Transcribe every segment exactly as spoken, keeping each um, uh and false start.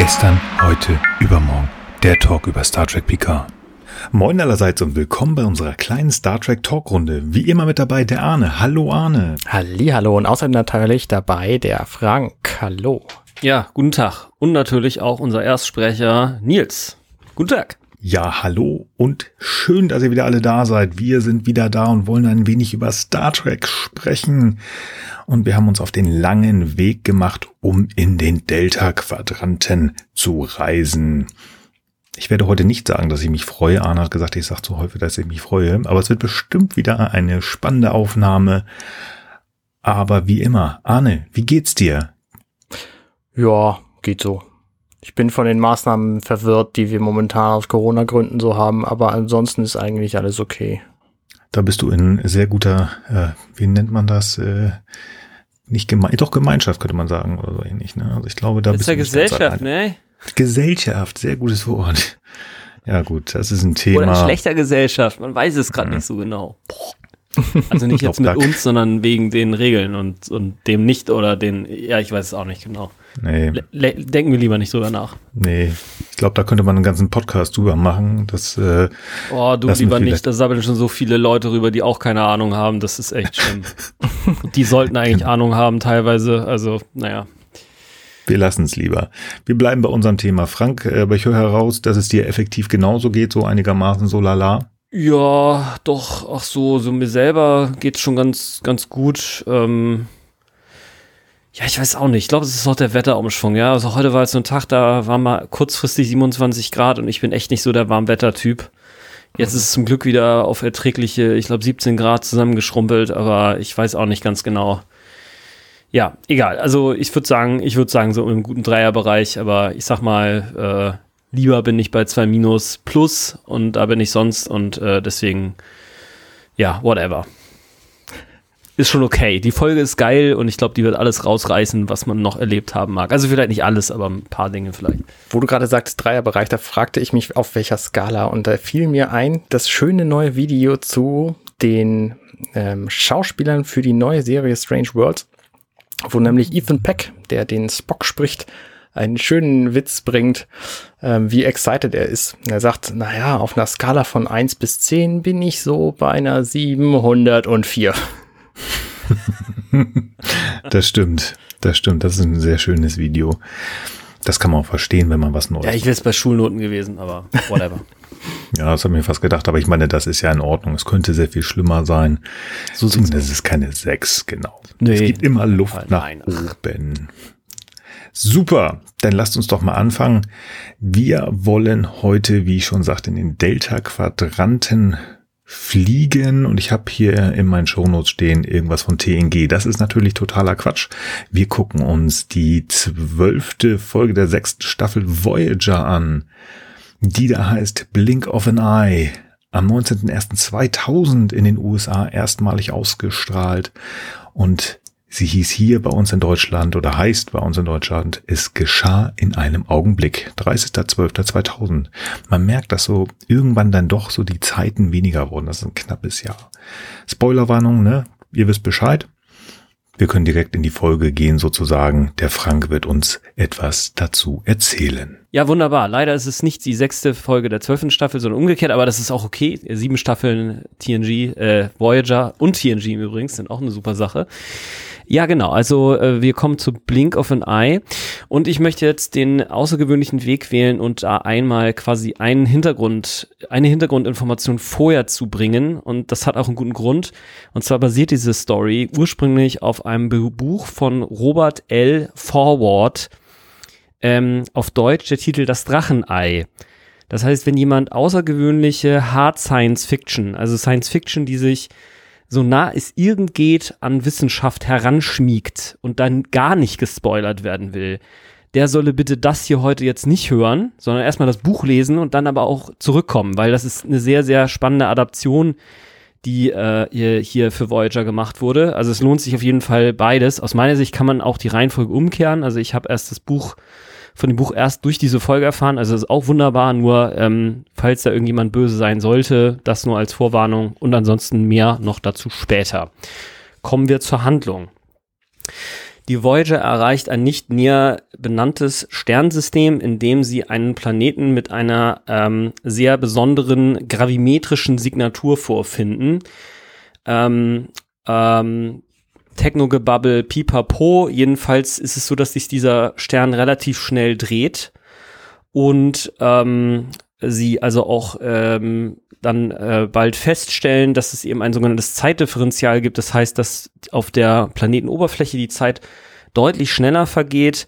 Gestern, heute, übermorgen. Der Talk über Star Trek Picard. Moin allerseits und willkommen bei unserer kleinen Star Trek Talkrunde. Wie immer mit dabei der Arne. Hallo Arne. Hallihallo und außerdem natürlich dabei der Frank. Hallo. Ja, guten Tag. Und natürlich auch unser Erstsprecher Nils. Guten Tag. Ja, hallo und schön, dass ihr wieder alle da seid. Wir sind wieder da und wollen ein wenig über Star Trek sprechen. Und wir haben uns auf den langen Weg gemacht, um in den Delta-Quadranten zu reisen. Ich werde heute nicht sagen, dass ich mich freue. Arne hat gesagt, ich sage zu häufig, dass ich mich freue. Aber es wird bestimmt wieder eine spannende Aufnahme. Aber wie immer, Arne, wie geht's dir? Ja, geht so. Ich bin von den Maßnahmen verwirrt, die wir momentan aus Corona-Gründen so haben. Aber ansonsten ist eigentlich alles okay. Da bist du in sehr guter, äh, wie nennt man das? Äh, nicht Geme- doch Gemeinschaft könnte man sagen oder so ähnlich. Ne? Also ich glaube, da das bist ist ja du nicht Gesellschaft, ne? Gesellschaft, sehr gutes Wort. Ja gut, das ist ein Thema. Oder in schlechter Gesellschaft, man weiß es gerade mhm. nicht so genau. Also nicht jetzt mit uns, sondern wegen den Regeln und, und dem nicht oder den, ja, ich weiß es auch nicht genau. Nee. Le- denken wir lieber nicht drüber nach. Nee, ich glaube, da könnte man einen ganzen Podcast drüber machen. Das, äh, oh, du lieber nicht, da sabbeln schon so viele Leute rüber, die auch keine Ahnung haben, das ist echt schlimm. Die sollten eigentlich Ahnung haben teilweise, also naja. Wir lassen es lieber. Wir bleiben bei unserem Thema. Frank, aber ich höre heraus, dass es dir effektiv genauso geht, so einigermaßen so lala. Ja, doch, ach so, so mir selber geht's schon ganz, ganz gut. Ähm, ja, ich weiß auch nicht. Ich glaube, es ist auch der Wetterumschwung, ja. Also heute war jetzt so ein Tag, da war mal kurzfristig siebenundzwanzig Grad und ich bin echt nicht so der Warmwettertyp. Jetzt ist es zum Glück wieder auf erträgliche, ich glaube, siebzehn Grad zusammengeschrumpelt, aber ich weiß auch nicht ganz genau. Ja, egal. Also ich würde sagen, ich würde sagen, so im guten Dreierbereich, aber ich sag mal, äh, lieber bin ich bei zwei Minus plus und da bin ich sonst und äh, deswegen, ja, whatever. Ist schon okay. Die Folge ist geil und ich glaube, die wird alles rausreißen, was man noch erlebt haben mag. Also vielleicht nicht alles, aber ein paar Dinge vielleicht. Wo du gerade sagst, Dreierbereich, da fragte ich mich, auf welcher Skala. Und da fiel mir ein, das schöne neue Video zu den ähm, Schauspielern für die neue Serie Strange Worlds, wo nämlich Ethan Peck, der den Spock spricht, einen schönen Witz bringt, ähm, wie excited er ist. Er sagt, naja, auf einer Skala von eins bis zehn bin ich so bei einer siebenhundertvier. Das stimmt, das stimmt. Das ist ein sehr schönes Video. Das kann man auch verstehen, wenn man was Neues. Ja, ich wäre es bei Schulnoten gewesen, aber whatever. Ja, das habe ich mir fast gedacht, aber ich meine, das ist ja in Ordnung. Es könnte sehr viel schlimmer sein. So zumindest ist es keine sechs, genau. Nee. Es gibt immer Luft nein, nach oben. Super, dann lasst uns doch mal anfangen. Wir wollen heute, wie ich schon sagte, in den Delta-Quadranten fliegen und ich habe hier in meinen Shownotes stehen irgendwas von T N G. Das ist natürlich totaler Quatsch. Wir gucken uns die zwölfte Folge der sechsten Staffel Voyager an, die da heißt Blink of an Eye. Am neunzehnten ersten zweitausend in den U S A erstmalig ausgestrahlt und sie hieß hier bei uns in Deutschland oder heißt bei uns in Deutschland, es geschah in einem Augenblick, dreißigster zwölfter zweitausend. Man merkt, dass so irgendwann dann doch so die Zeiten weniger wurden. Das ist ein knappes Jahr. Spoilerwarnung, ne? Ihr wisst Bescheid. Wir können direkt in die Folge gehen sozusagen. Der Frank wird uns etwas dazu erzählen. Ja, wunderbar. Leider ist es nicht die sechste Folge der zwölften Staffel, sondern umgekehrt, aber das ist auch okay. Sieben Staffeln T N G, äh, Voyager und T N G übrigens sind auch eine super Sache. Ja, genau. Also äh, wir kommen zu Blink of an Eye und ich möchte jetzt den außergewöhnlichen Weg wählen und da einmal quasi einen Hintergrund, eine Hintergrundinformation vorher zu bringen und das hat auch einen guten Grund. Und zwar basiert diese Story ursprünglich auf einem Buch von Robert L. Forward, ähm, auf Deutsch der Titel Das Drachenei. Das heißt, wenn jemand außergewöhnliche Hard Science Fiction, also Science Fiction, die sich so nah es irgend geht an Wissenschaft heranschmiegt und dann gar nicht gespoilert werden will, der solle bitte das hier heute jetzt nicht hören, sondern erstmal das Buch lesen und dann aber auch zurückkommen, weil das ist eine sehr, sehr spannende Adaption, die äh, hier für Voyager gemacht wurde. Also es lohnt sich auf jeden Fall beides. Aus meiner Sicht kann man auch die Reihenfolge umkehren. Also ich habe erst das Buch von dem Buch erst durch diese Folge erfahren, also das ist auch wunderbar, nur ähm, falls da irgendjemand böse sein sollte, das nur als Vorwarnung und ansonsten mehr noch dazu später. Kommen wir zur Handlung. Die Voyager erreicht ein nicht näher benanntes Sternsystem, in dem sie einen Planeten mit einer ähm, sehr besonderen gravimetrischen Signatur vorfinden. Ähm, ähm, Technogebubble, Pipapo. Jedenfalls ist es so, dass sich dieser Stern relativ schnell dreht und ähm, sie also auch ähm, dann äh, bald feststellen, dass es eben ein sogenanntes Zeitdifferenzial gibt. Das heißt, dass auf der Planetenoberfläche die Zeit deutlich schneller vergeht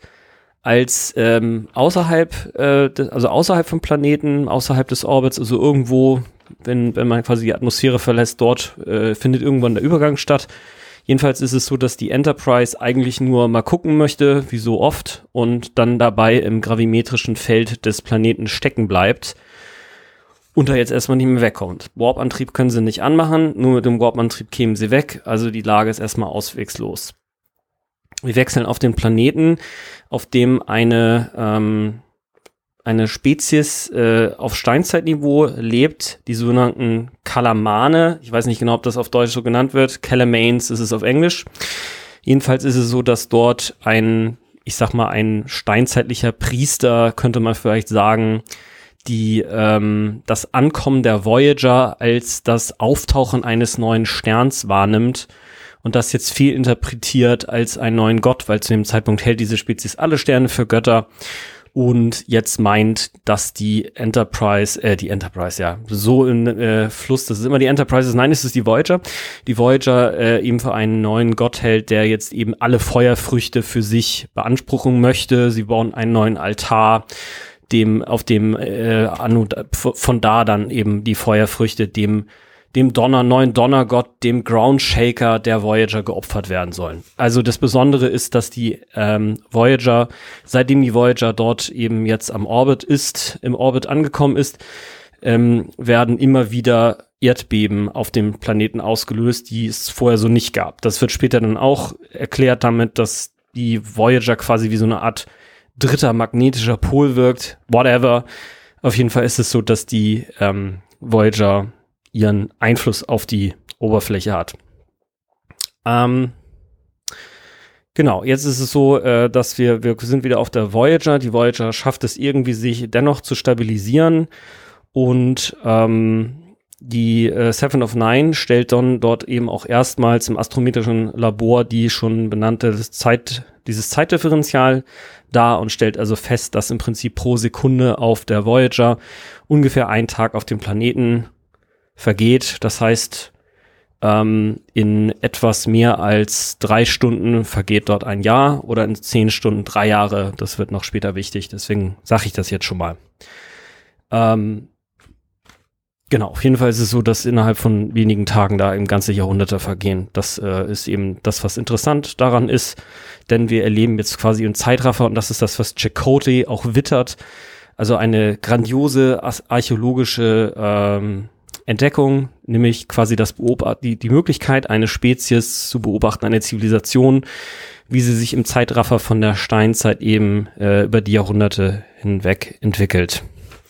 als ähm, außerhalb, äh, de, also außerhalb vom Planeten, außerhalb des Orbits, also irgendwo, wenn, wenn man quasi die Atmosphäre verlässt, dort äh, findet irgendwann der Übergang statt. Jedenfalls ist es so, dass die Enterprise eigentlich nur mal gucken möchte, wie so oft, und dann dabei im gravimetrischen Feld des Planeten stecken bleibt und da jetzt erstmal nicht mehr wegkommt. Warp-Antrieb können sie nicht anmachen, nur mit dem Warp-Antrieb kämen sie weg, also die Lage ist erstmal auswegslos. Wir wechseln auf den Planeten, auf dem eine, ähm, eine Spezies äh, auf Steinzeitniveau lebt, die sogenannten Kalamane. Ich weiß nicht genau, ob das auf Deutsch so genannt wird. Calamanes ist es auf Englisch. Jedenfalls ist es so, dass dort ein, ich sag mal, ein steinzeitlicher Priester, könnte man vielleicht sagen, die ähm, das Ankommen der Voyager als das Auftauchen eines neuen Sterns wahrnimmt und das jetzt viel interpretiert als einen neuen Gott, weil zu dem Zeitpunkt hält diese Spezies alle Sterne für Götter und jetzt meint, dass die Enterprise, äh, die Enterprise, ja, so in äh, Fluss, das ist immer die Enterprise, nein, es ist die Voyager, die Voyager äh, eben für einen neuen Gott hält, der jetzt eben alle Feuerfrüchte für sich beanspruchen möchte. Sie bauen einen neuen Altar, dem auf dem äh, von da dann eben die Feuerfrüchte dem dem Donner neuen Donnergott, dem Groundshaker der Voyager geopfert werden sollen. Also das Besondere ist, dass die ähm, Voyager, seitdem die Voyager dort eben jetzt am Orbit ist, im Orbit angekommen ist, ähm, werden immer wieder Erdbeben auf dem Planeten ausgelöst, die es vorher so nicht gab. Das wird später dann auch erklärt damit, dass die Voyager quasi wie so eine Art dritter magnetischer Pol wirkt, whatever. Auf jeden Fall ist es so, dass die ähm, Voyager ihren Einfluss auf die Oberfläche hat. Ähm, genau, jetzt ist es so, äh, dass wir, wir sind wieder auf der Voyager. Die Voyager schafft es irgendwie, sich dennoch zu stabilisieren und ähm, die äh, Seven of Nine stellt dann dort eben auch erstmals im astrometrischen Labor die schon benannte Zeit, dieses Zeitdifferenzial dar und stellt also fest, dass im Prinzip pro Sekunde auf der Voyager ungefähr ein Tag auf dem Planeten vergeht. Das heißt, ähm, in etwas mehr als drei Stunden vergeht dort ein Jahr oder in zehn Stunden drei Jahre. Das wird noch später wichtig, deswegen sage ich das jetzt schon mal. Ähm, Genau, auf jeden Fall ist es so, dass innerhalb von wenigen Tagen da eben ganze Jahrhunderte vergehen. Das äh, ist eben das, was interessant daran ist, denn wir erleben jetzt quasi einen Zeitraffer und das ist das, was Chakotay auch wittert. Also eine grandiose archäologische ähm, Entdeckung, nämlich quasi das Beobacht die, die Möglichkeit, eine Spezies zu beobachten, eine Zivilisation, wie sie sich im Zeitraffer von der Steinzeit eben äh, über die Jahrhunderte hinweg entwickelt.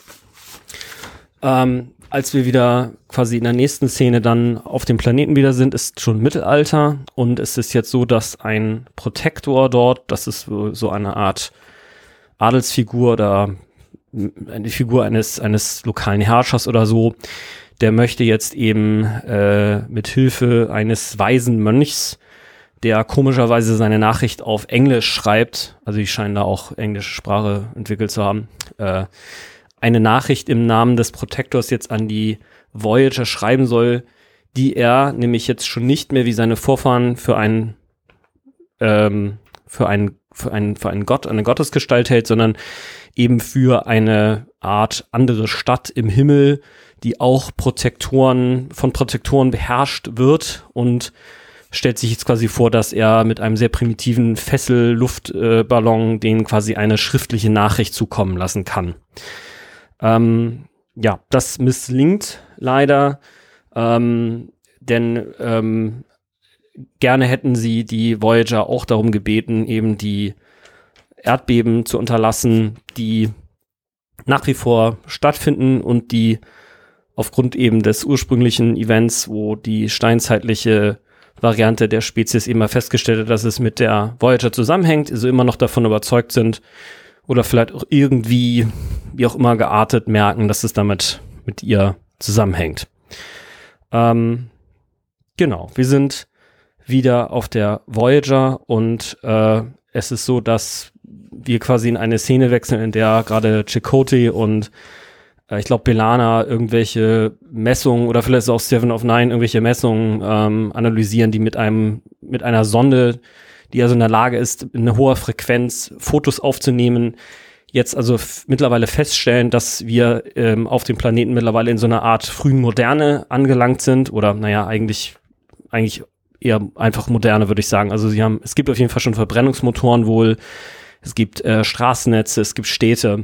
Ähm, Als wir wieder quasi in der nächsten Szene dann auf dem Planeten wieder sind, ist schon Mittelalter und es ist jetzt so, dass ein Protektor dort, das ist so eine Art Adelsfigur oder eine Figur eines eines lokalen Herrschers oder so, der möchte jetzt eben äh, mit Hilfe eines weisen Mönchs, der komischerweise seine Nachricht auf Englisch schreibt, also die scheinen da auch englische Sprache entwickelt zu haben, äh, eine Nachricht im Namen des Protektors jetzt an die Voyager schreiben soll, die er nämlich jetzt schon nicht mehr wie seine Vorfahren für einen ähm, für einen für einen für einen Gott, eine Gottesgestalt hält, sondern eben für eine Art andere Stadt im Himmel, die auch Protektoren von Protektoren beherrscht wird und stellt sich jetzt quasi vor, dass er mit einem sehr primitiven Fessel-Luftballon äh, denen quasi eine schriftliche Nachricht zukommen lassen kann. Ähm, ja, das misslingt leider, ähm, denn ähm, gerne hätten sie die Voyager auch darum gebeten, eben die Erdbeben zu unterlassen, die nach wie vor stattfinden und die aufgrund eben des ursprünglichen Events, wo die steinzeitliche Variante der Spezies eben mal festgestellt hat, dass es mit der Voyager zusammenhängt, also immer noch davon überzeugt sind oder vielleicht auch irgendwie, wie auch immer geartet, merken, dass es damit mit ihr zusammenhängt. Ähm, genau, wir sind wieder auf der Voyager und äh, es ist so, dass wir quasi in eine Szene wechseln, in der gerade Chakotay und ich glaube, B'Elanna irgendwelche Messungen oder vielleicht auch Seven of Nine irgendwelche Messungen ähm, analysieren, die mit einem, mit einer Sonde, die also in der Lage ist, in einer hoher Frequenz Fotos aufzunehmen, jetzt also f- mittlerweile feststellen, dass wir ähm, auf dem Planeten mittlerweile in so einer Art frühen Moderne angelangt sind oder naja, eigentlich, eigentlich eher einfach Moderne, würde ich sagen. Also sie haben, es gibt auf jeden Fall schon Verbrennungsmotoren wohl, es gibt äh, Straßennetze, es gibt Städte.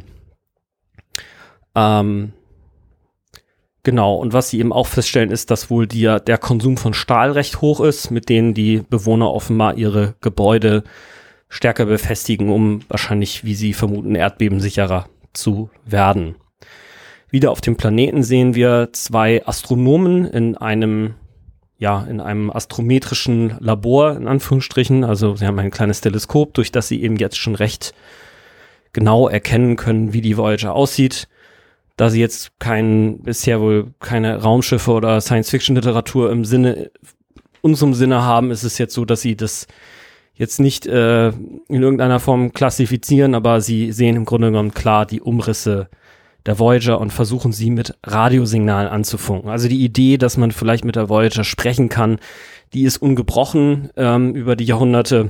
Ähm, genau, und was sie eben auch feststellen, ist, dass wohl die, der Konsum von Stahl recht hoch ist, mit denen die Bewohner offenbar ihre Gebäude stärker befestigen, um wahrscheinlich, wie sie vermuten, erdbebensicherer zu werden. Wieder auf dem Planeten sehen wir zwei Astronomen in einem, ja, in einem astrometrischen Labor, in Anführungsstrichen. Also sie haben ein kleines Teleskop, durch das sie eben jetzt schon recht genau erkennen können, wie die Voyager aussieht. Da sie jetzt kein, bisher wohl keine Raumschiffe oder Science-Fiction-Literatur im Sinne, unserem Sinne haben, ist es jetzt so, dass sie das jetzt nicht äh, in irgendeiner Form klassifizieren, aber sie sehen im Grunde genommen klar die Umrisse der Voyager und versuchen sie mit Radiosignalen anzufunken. Also die Idee, dass man vielleicht mit der Voyager sprechen kann, die ist ungebrochen ähm, über die Jahrhunderte.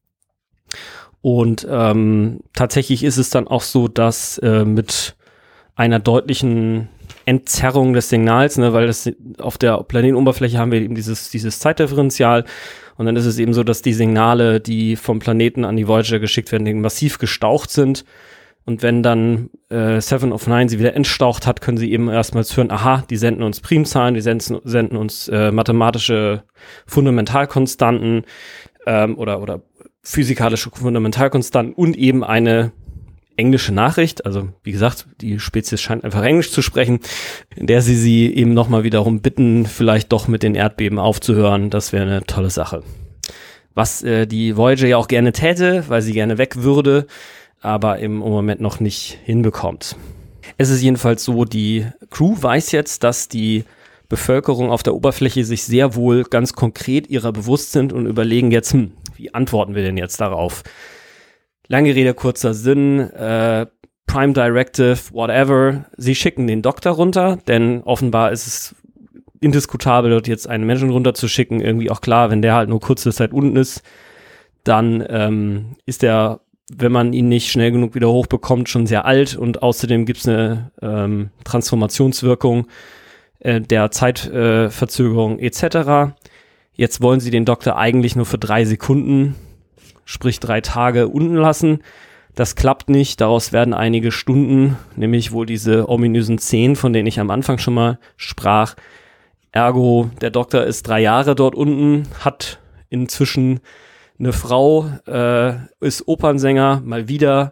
Und ähm, tatsächlich ist es dann auch so, dass äh, mit einer deutlichen Entzerrung des Signals, ne, weil das auf der Planetenoberfläche haben wir eben dieses, dieses Zeitdifferenzial und dann ist es eben so, dass die Signale, die vom Planeten an die Voyager geschickt werden, eben massiv gestaucht sind und wenn dann äh, Seven of Nine sie wieder entstaucht hat, können sie eben erstmals hören, aha, die senden uns Primzahlen, die senden, senden uns äh, mathematische Fundamentalkonstanten ähm, oder, oder physikalische Fundamentalkonstanten und eben eine englische Nachricht, also wie gesagt, die Spezies scheint einfach Englisch zu sprechen, in der sie sie eben nochmal wiederum bitten, vielleicht doch mit den Erdbeben aufzuhören. Das wäre eine tolle Sache. Was äh, die Voyager ja auch gerne täte, weil sie gerne weg würde, aber im Moment noch nicht hinbekommt. Es ist jedenfalls so, die Crew weiß jetzt, dass die Bevölkerung auf der Oberfläche sich sehr wohl ganz konkret ihrer bewusst sind und überlegen jetzt, hm, wie antworten wir denn jetzt darauf? Lange Rede, kurzer Sinn, äh, Prime Directive, whatever, sie schicken den Doktor runter, denn offenbar ist es indiskutabel, dort jetzt einen Menschen runterzuschicken, irgendwie auch klar, wenn der halt nur kurze Zeit unten ist, dann ähm, ist der, wenn man ihn nicht schnell genug wieder hochbekommt, schon sehr alt und außerdem gibt es eine ähm, Transformationswirkung äh, der Zeitverzögerung äh, et cetera. Jetzt wollen sie den Doktor eigentlich nur für drei Sekunden sprich drei Tage unten lassen. Das klappt nicht, daraus werden einige Stunden, nämlich wohl diese ominösen zehn, von denen ich am Anfang schon mal sprach. Ergo, der Doktor ist drei Jahre dort unten, hat inzwischen eine Frau, äh, ist Opernsänger, mal wieder,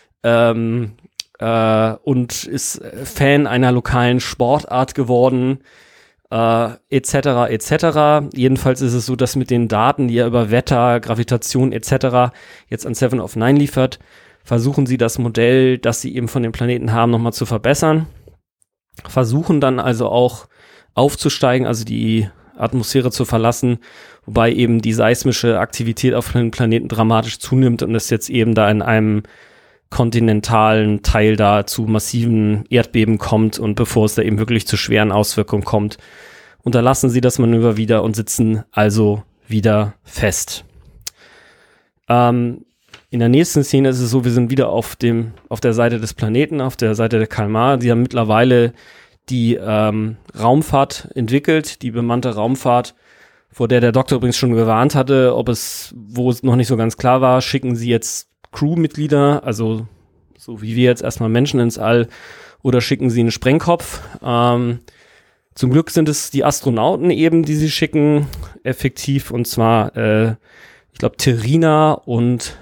ähm, äh, und ist Fan einer lokalen Sportart geworden, Uh, et cetera et cetera. Jedenfalls ist es so, dass mit den Daten, die er über Wetter, Gravitation et cetera jetzt an Seven of Nine liefert, versuchen sie das Modell, das sie eben von dem Planeten haben, nochmal zu verbessern. Versuchen dann also auch aufzusteigen, also die Atmosphäre zu verlassen, wobei eben die seismische Aktivität auf dem Planeten dramatisch zunimmt und es jetzt eben da in einem kontinentalen Teil da zu massiven Erdbeben kommt und bevor es da eben wirklich zu schweren Auswirkungen kommt, unterlassen sie das Manöver wieder und sitzen also wieder fest. Ähm, in der nächsten Szene ist es so, wir sind wieder auf dem, auf der Seite des Planeten, auf der Seite der Kalmar. Sie haben mittlerweile die ähm, Raumfahrt entwickelt, die bemannte Raumfahrt, vor der der Doktor übrigens schon gewarnt hatte, ob es, wo es noch nicht so ganz klar war, schicken sie jetzt Crewmitglieder, also so wie wir jetzt erstmal Menschen ins All, oder schicken sie einen Sprengkopf. Ähm, zum Glück sind es die Astronauten eben, die sie schicken, effektiv, und zwar, äh, ich glaube, Terina und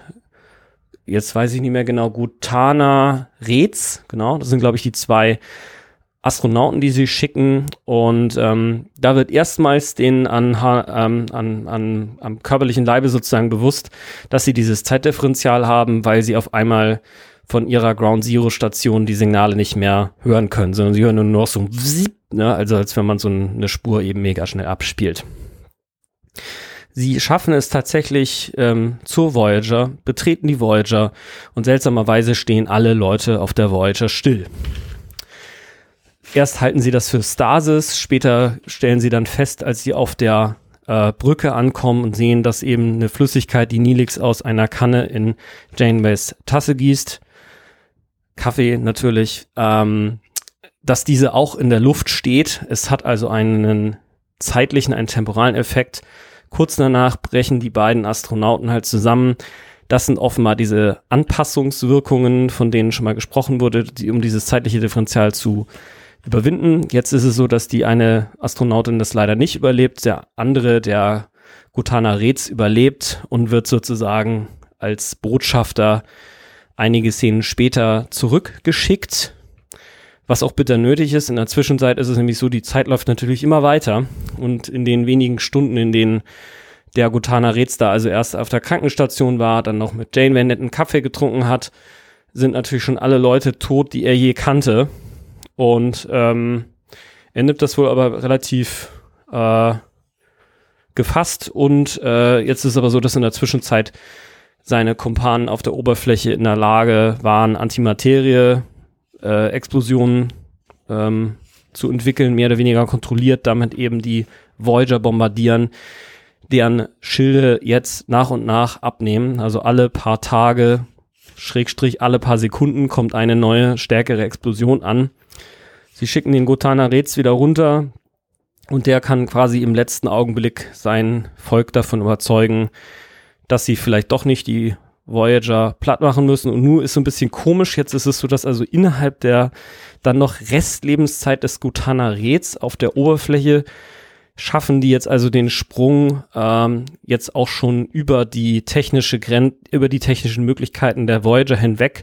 jetzt weiß ich nicht mehr genau gut, Tana Reetz, genau, das sind, glaube ich, die zwei Astronauten, die sie schicken. Und ähm, da wird erstmals denen an, ähm, an, an, am körperlichen Leibe sozusagen bewusst, dass sie dieses Zeitdifferenzial haben, weil sie auf einmal von ihrer Ground-Zero-Station die Signale nicht mehr hören können, sondern sie hören nur noch so ein Wsiep, ne? Also als wenn man so eine Spur eben mega schnell abspielt. Sie schaffen es tatsächlich ähm, zur Voyager, betreten die Voyager und seltsamerweise stehen alle Leute auf der Voyager still. Erst halten sie das für Stasis, später stellen sie dann fest, als sie auf der äh, Brücke ankommen und sehen, dass eben eine Flüssigkeit, die Neelix aus einer Kanne in Janeways Tasse gießt, Kaffee natürlich, ähm, dass diese auch in der Luft steht. Es hat also einen zeitlichen, einen temporalen Effekt. Kurz danach brechen die beiden Astronauten halt zusammen. Das sind offenbar diese Anpassungswirkungen, von denen schon mal gesprochen wurde, die, um dieses zeitliche Differential zu überwinden. Jetzt ist es so, dass die eine Astronautin das leider nicht überlebt, der andere, der Gutana Rez, überlebt und wird sozusagen als Botschafter einige Szenen später zurückgeschickt, was auch bitter nötig ist. In der Zwischenzeit ist es nämlich so, die Zeit läuft natürlich immer weiter und in den wenigen Stunden, in denen der Gutana Rez da also erst auf der Krankenstation war, dann noch mit Janeway netten Kaffee getrunken hat, sind natürlich schon alle Leute tot, die er je kannte. Und ähm, er nimmt das wohl aber relativ äh, gefasst und äh, jetzt ist es aber so, dass in der Zwischenzeit seine Kumpanen auf der Oberfläche in der Lage waren, Antimaterie äh, Explosionen ähm, zu entwickeln, mehr oder weniger kontrolliert, damit eben die Voyager bombardieren, deren Schilde jetzt nach und nach abnehmen. Also alle paar Tage, Schrägstrich alle paar Sekunden kommt eine neue, stärkere Explosion an. Sie schicken den Gutana Rez wieder runter und der kann quasi im letzten Augenblick sein Volk davon überzeugen, dass sie vielleicht doch nicht die Voyager platt machen müssen. Und nun ist so ein bisschen komisch, jetzt ist es so, dass also innerhalb der dann noch Restlebenszeit des Gutana Rez auf der Oberfläche schaffen die jetzt also den Sprung ähm, jetzt auch schon über die technische Gren- über die technischen Möglichkeiten der Voyager hinweg,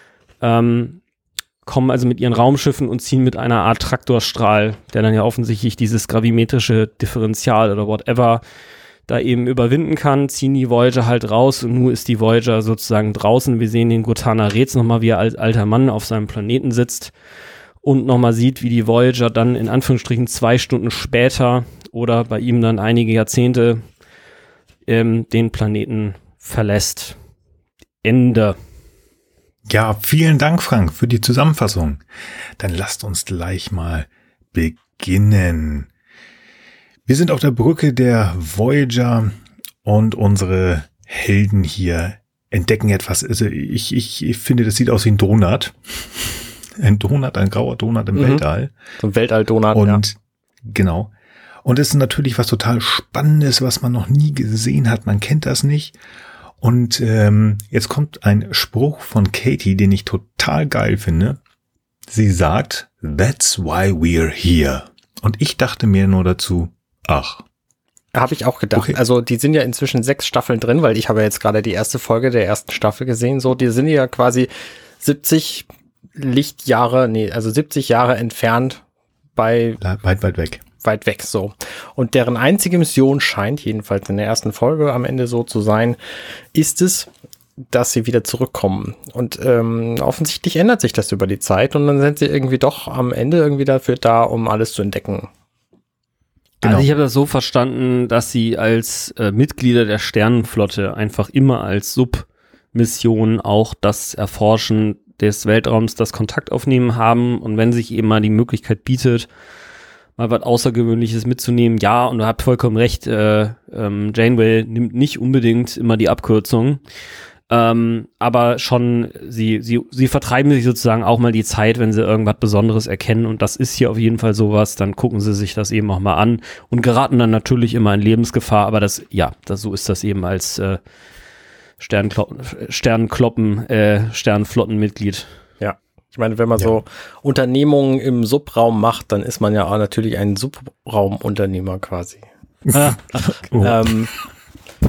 ähm, kommen also mit ihren Raumschiffen und ziehen mit einer Art Traktorstrahl, der dann ja offensichtlich dieses gravimetrische Differential oder whatever da eben überwinden kann, ziehen die Voyager halt raus und nun ist die Voyager sozusagen draußen. Wir sehen den Gutana Rez nochmal, wie er als alter Mann auf seinem Planeten sitzt und nochmal sieht, wie die Voyager dann in Anführungsstrichen zwei Stunden später oder bei ihm dann einige Jahrzehnte ähm, den Planeten verlässt. Ende. Ja, vielen Dank, Frank, für die Zusammenfassung. Dann lasst uns gleich mal beginnen. Wir sind auf der Brücke der Voyager und unsere Helden hier entdecken etwas. Also ich, ich, ich finde, das sieht aus wie ein Donut. Ein Donut, ein grauer Donut im mhm. Weltall. So ein Weltall-Donut, und, ja. Genau. Und es ist natürlich was total Spannendes, was man noch nie gesehen hat. Man kennt das nicht. Und ähm, jetzt kommt ein Spruch von Katie, den ich total geil finde. Sie sagt, "That's why we're here." Und ich dachte mir nur dazu, ach. Habe ich auch gedacht. Okay. Also die sind ja inzwischen sechs Staffeln drin, weil ich habe ja jetzt gerade die erste Folge der ersten Staffel gesehen. So, die sind ja quasi siebzig Lichtjahre, nee, also siebzig Jahre entfernt bei... Weit, weit weg. Weit weg, so. Und deren einzige Mission scheint, jedenfalls in der ersten Folge am Ende so zu sein, ist es, dass sie wieder zurückkommen. Und ähm, offensichtlich ändert sich das über die Zeit und dann sind sie irgendwie doch am Ende irgendwie dafür da, um alles zu entdecken. Genau. Also ich habe das so verstanden, dass sie als äh, Mitglieder der Sternenflotte einfach immer als Submission auch das Erforschen des Weltraums, das Kontakt aufnehmen haben und wenn sich eben mal die Möglichkeit bietet, mal was Außergewöhnliches mitzunehmen, ja, und du habt vollkommen recht, äh, ähm, Janeway nimmt nicht unbedingt immer die Abkürzung, ähm, aber schon, sie, sie, sie vertreiben sich sozusagen auch mal die Zeit, wenn sie irgendwas Besonderes erkennen und das ist hier auf jeden Fall sowas, dann gucken sie sich das eben auch mal an und geraten dann natürlich immer in Lebensgefahr, aber das, ja, das, so ist das eben als äh, Sternkloppen, Sternkloppen, äh, Sternflottenmitglied. Ja. Ich meine, wenn man ja. so Unternehmungen im Subraum macht, dann ist man ja auch natürlich ein Subraumunternehmer quasi. Ah, okay. ähm,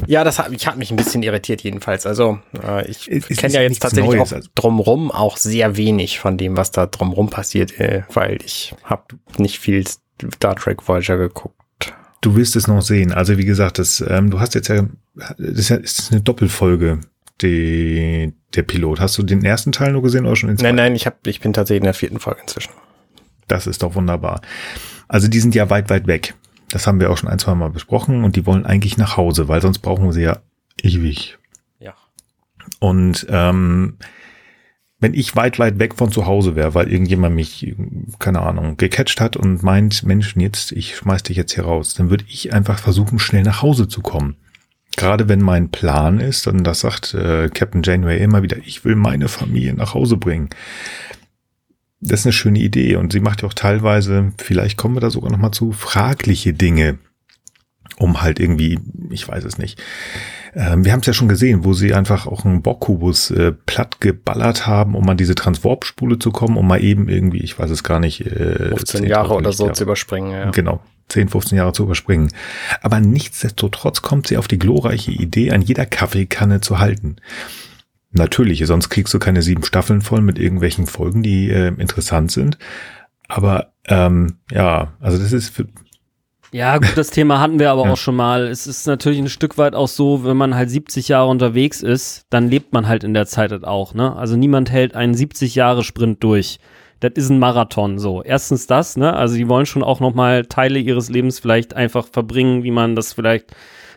Ja, das hat, ich hat mich ein bisschen irritiert jedenfalls. Also äh, ich kenne ja jetzt tatsächlich Neues, auch also. drumrum auch sehr wenig von dem, was da drumrum passiert, äh, weil ich habe nicht viel Star Trek Voyager geguckt. Du wirst es noch sehen. Also wie gesagt, das, ähm, du hast jetzt ja, das ist ja ist eine Doppelfolge, die, der Pilot. Hast du den ersten Teil nur gesehen oder schon den zweiten? Nein, nein, ich, hab, ich bin tatsächlich in der vierten Folge inzwischen. Das ist doch wunderbar. Also die sind ja weit, weit weg. Das haben wir auch schon ein, zwei Mal besprochen und die wollen eigentlich nach Hause, weil sonst brauchen wir sie ja ewig. Ja. Und ähm, wenn ich weit, weit weg von zu Hause wäre, weil irgendjemand mich, keine Ahnung, gecatcht hat und meint, Mensch, jetzt, ich schmeiß dich jetzt hier raus, dann würde ich einfach versuchen, schnell nach Hause zu kommen. Gerade wenn mein Plan ist, und das sagt äh, Captain Janeway immer wieder, ich will meine Familie nach Hause bringen. Das ist eine schöne Idee und sie macht ja auch teilweise, vielleicht kommen wir da sogar noch mal zu, fragliche Dinge, um halt irgendwie, ich weiß es nicht. Ähm, wir haben es ja schon gesehen, wo sie einfach auch einen Borg-Kubus äh, platt geballert haben, um an diese Transwarp-Spule zu kommen, um mal eben irgendwie, ich weiß es gar nicht, äh, fünfzehn Jahre oder so zu überspringen. Ja. Genau, zehn, fünfzehn Jahre zu überspringen. Aber nichtsdestotrotz kommt sie auf die glorreiche Idee, an jeder Kaffeekanne zu halten. Natürlich, sonst kriegst du keine sieben Staffeln voll mit irgendwelchen Folgen, die äh, interessant sind. Aber ähm, ja, also das ist für Ja, gut, das Thema hatten wir aber ja. auch schon mal. Es ist natürlich ein Stück weit auch so, wenn man halt siebzig Jahre unterwegs ist, dann lebt man halt in der Zeit halt auch, ne? Also niemand hält einen siebzig Jahre Sprint durch. Das ist ein Marathon, so. Erstens das, ne? Also die wollen schon auch nochmal Teile ihres Lebens vielleicht einfach verbringen, wie man das vielleicht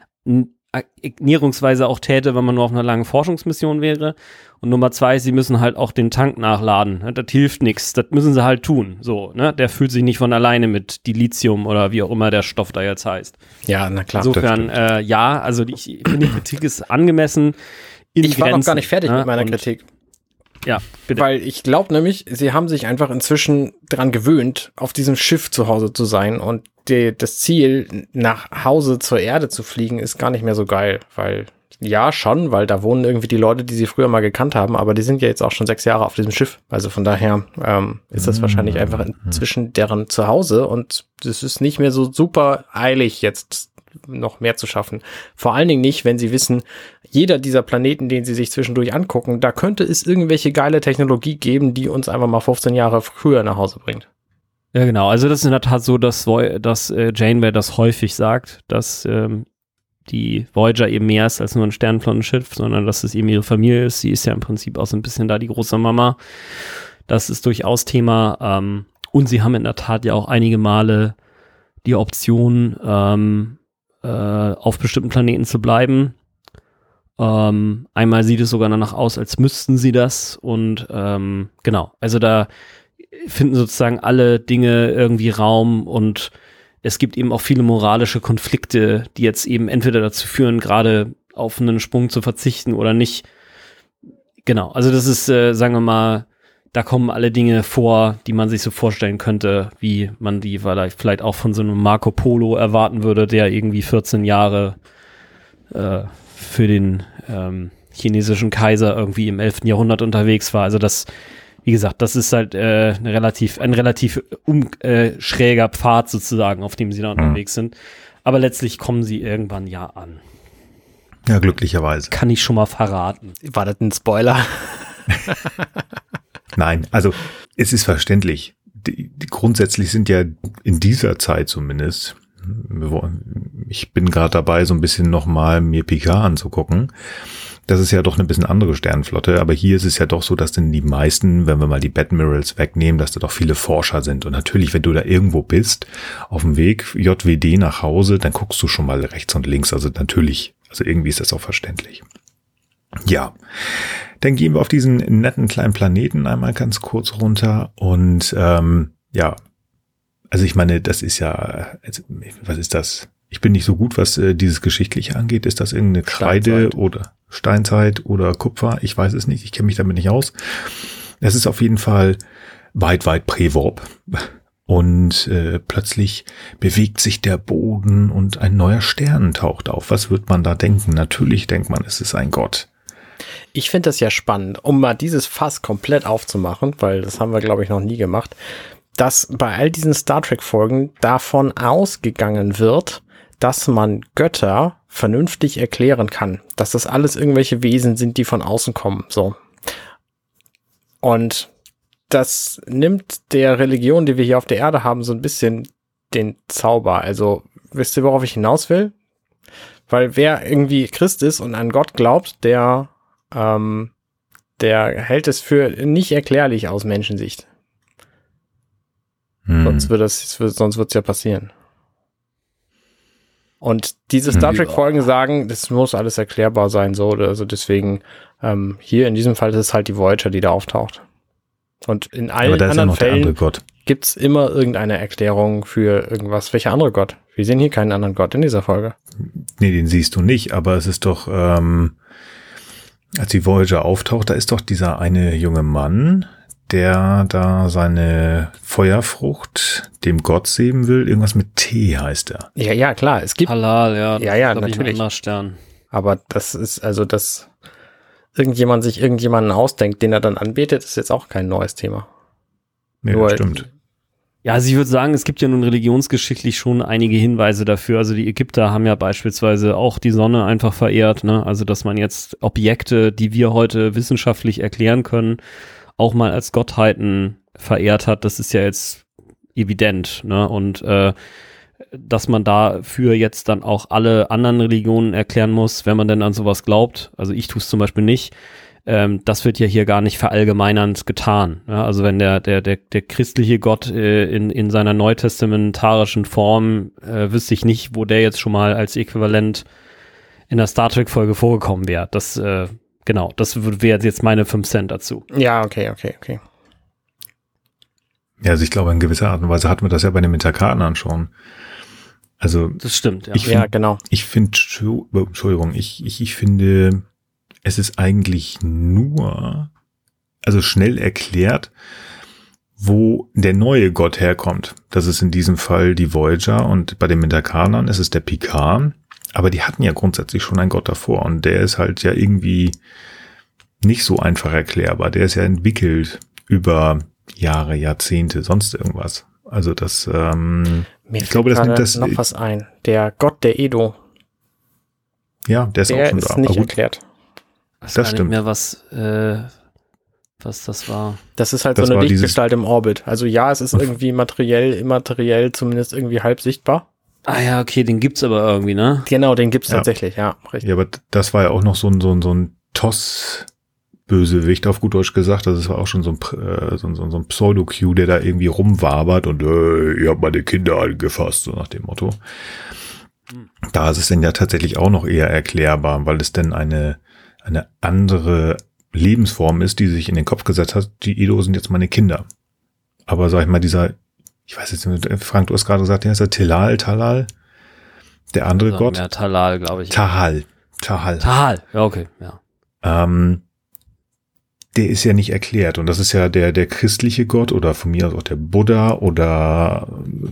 näherungsweise auch täte, wenn man nur auf einer langen Forschungsmission wäre. Und Nummer zwei, sie müssen halt auch den Tank nachladen. Das hilft nichts. Das müssen sie halt tun. So, ne? Der fühlt sich nicht von alleine mit Dilithium oder wie auch immer der Stoff da jetzt heißt. Ja, na klar. Insofern, äh, ja, also ich finde, die Kritik ist angemessen. In ich war Grenzen, noch gar nicht fertig ne? mit meiner Und, Kritik. Ja, bitte. Weil ich glaube nämlich, sie haben sich einfach inzwischen dran gewöhnt, auf diesem Schiff zu Hause zu sein und die, das Ziel, nach Hause zur Erde zu fliegen, ist gar nicht mehr so geil, weil ja, schon, weil da wohnen irgendwie die Leute, die sie früher mal gekannt haben, aber die sind ja jetzt auch schon sechs Jahre auf diesem Schiff. Also von daher ähm, ist das wahrscheinlich einfach inzwischen deren Zuhause und es ist nicht mehr so super eilig, jetzt noch mehr zu schaffen. Vor allen Dingen nicht, wenn sie wissen, jeder dieser Planeten, den sie sich zwischendurch angucken, da könnte es irgendwelche geile Technologie geben, die uns einfach mal fünfzehn Jahre früher nach Hause bringt. Ja, genau. Also das ist in der Tat so, dass, dass äh, Janeway das häufig sagt, dass ähm, die Voyager eben mehr ist als nur ein Sternenflottenschiff, sondern dass es eben ihre Familie ist. Sie ist ja im Prinzip auch so ein bisschen da die große Mama. Das ist durchaus Thema. Ähm, und sie haben in der Tat ja auch einige Male die Option, ähm, äh, auf bestimmten Planeten zu bleiben. Ähm, einmal sieht es sogar danach aus, als müssten sie das. Und ähm, genau, also da finden sozusagen alle Dinge irgendwie Raum und es gibt eben auch viele moralische Konflikte, die jetzt eben entweder dazu führen, gerade auf einen Sprung zu verzichten oder nicht. Genau, also das ist, äh, sagen wir mal, da kommen alle Dinge vor, die man sich so vorstellen könnte, wie man die vielleicht auch von so einem Marco Polo erwarten würde, der irgendwie vierzehn Jahre äh, für den ähm, chinesischen Kaiser irgendwie im elften Jahrhundert unterwegs war. Also das, wie gesagt, das ist halt äh, eine relativ, ein relativ um, äh, schräger Pfad sozusagen, auf dem sie da unterwegs sind. Aber letztlich kommen sie irgendwann ja an. Ja, glücklicherweise. Kann ich schon mal verraten. War das ein Spoiler? Nein, also es ist verständlich. Die, die grundsätzlich sind ja in dieser Zeit zumindest, ich bin gerade dabei, so ein bisschen nochmal mir Picard anzugucken. Das ist ja doch eine bisschen andere Sternenflotte, aber hier ist es ja doch so, dass denn die meisten, wenn wir mal die Admirals wegnehmen, dass da doch viele Forscher sind. Und natürlich, wenn du da irgendwo bist, auf dem Weg J W D nach Hause, dann guckst du schon mal rechts und links. Also natürlich, also irgendwie ist das auch verständlich. Ja, dann gehen wir auf diesen netten kleinen Planeten einmal ganz kurz runter und ähm, ja, also ich meine, das ist ja, was ist das? Ich bin nicht so gut, was äh, dieses Geschichtliche angeht. Ist das irgendeine Kreide Steinzeit. oder Steinzeit oder Kupfer? Ich weiß es nicht. Ich kenne mich damit nicht aus. Es ist auf jeden Fall weit, weit Prä-Warp. Und äh, plötzlich bewegt sich der Boden und ein neuer Stern taucht auf. Was wird man da denken? Natürlich denkt man, es ist ein Gott. Ich finde das ja spannend, um mal dieses Fass komplett aufzumachen, weil das haben wir, glaube ich, noch nie gemacht, dass bei all diesen Star Trek-Folgen davon ausgegangen wird, dass man Götter vernünftig erklären kann, dass das alles irgendwelche Wesen sind, die von außen kommen, so. Und das nimmt der Religion, die wir hier auf der Erde haben, so ein bisschen den Zauber. Also, wisst ihr, worauf ich hinaus will? Weil wer irgendwie Christ ist und an Gott glaubt, der, ähm, der hält es für nicht erklärlich aus Menschensicht. Hm. Sonst wird das, sonst wird's ja passieren. Und diese Star Trek-Folgen ja. sagen, das muss alles erklärbar sein, so, also deswegen, ähm, hier in diesem Fall ist es halt die Voyager, die da auftaucht. Und in allen anderen ja Fällen gibt's immer irgendeine Erklärung für irgendwas. Welcher andere Gott? Wir sehen hier keinen anderen Gott in dieser Folge. Nee, den siehst du nicht, aber es ist doch, ähm, als die Voyager auftaucht, da ist doch dieser eine junge Mann, der da seine Feuerfrucht dem Gott sehen will. Irgendwas mit T heißt er. Ja, ja, klar. Es gibt Halal, ja. Ja, ja, natürlich. Ein Stern. Aber das ist, also, dass irgendjemand sich irgendjemanden ausdenkt, den er dann anbetet, ist jetzt auch kein neues Thema. Ja, Nur, stimmt. Ja, also ich würde sagen, es gibt ja nun religionsgeschichtlich schon einige Hinweise dafür. Also die Ägypter haben ja beispielsweise auch die Sonne einfach verehrt, ne? Also dass man jetzt Objekte, die wir heute wissenschaftlich erklären können, auch mal als Gottheiten verehrt hat, das ist ja jetzt evident, ne? Und äh, dass man dafür jetzt dann auch alle anderen Religionen erklären muss, wenn man denn an sowas glaubt, also ich tue es zum Beispiel nicht, ähm, das wird ja hier gar nicht verallgemeinernd getan. Ja? Also wenn der der der der christliche Gott äh, in in seiner neutestamentarischen Form, äh, wüsste ich nicht, wo der jetzt schon mal als Äquivalent in der Star Trek Folge vorgekommen wäre. Das äh, Genau, das wäre jetzt meine fünf Cent dazu. Ja, okay, okay, okay. Ja, also ich glaube, in gewisser Art und Weise hatten wir das ja bei den Metakarnern schon. Also das stimmt, ja. Ich find, ja, genau. Ich finde, Entschuldigung, ich, ich, ich finde, es ist eigentlich nur, also schnell erklärt, wo der neue Gott herkommt. Das ist in diesem Fall die Voyager und bei den Metakarnern ist es der Picard. Aber die hatten ja grundsätzlich schon einen Gott davor und der ist halt ja irgendwie nicht so einfach erklärbar. Der ist ja entwickelt über Jahre, Jahrzehnte, sonst irgendwas. Also das, ähm, Mir ich glaube, das nimmt das noch was ein. Der Gott der Edo. Ja, der ist der auch schon ist da. Nicht Aber gut. erklärt. Das, das stimmt. Nicht mehr, was, äh, was das war. Das ist halt das so eine Lichtgestalt im Orbit. Also ja, es ist irgendwie materiell, immateriell zumindest irgendwie halb sichtbar. Ah ja, okay, den gibt's aber irgendwie, ne? Genau, den gibt's ja. tatsächlich, ja. Richtig. Ja, aber das war ja auch noch so ein, so ein, so ein Toss-Bösewicht, auf gut Deutsch gesagt. Das war auch schon so ein, äh, so ein, so ein Pseudo-Q, der da irgendwie rumwabert und äh, ihr habt meine Kinder angefasst, so nach dem Motto. Hm. Da ist es denn ja tatsächlich auch noch eher erklärbar, weil es denn eine, eine andere Lebensform ist, die sich in den Kopf gesetzt hat, die Edo sind jetzt meine Kinder. Aber sag ich mal, dieser Ich weiß jetzt nicht, Frank, du hast gerade gesagt, der ist der Tilal, Talal, der andere also Gott. Ja, Talal, glaube ich. Tahal, Tahal. Tahal, ja, okay, ja. Ähm, der ist ja nicht erklärt und das ist ja der der christliche Gott oder von mir aus auch der Buddha oder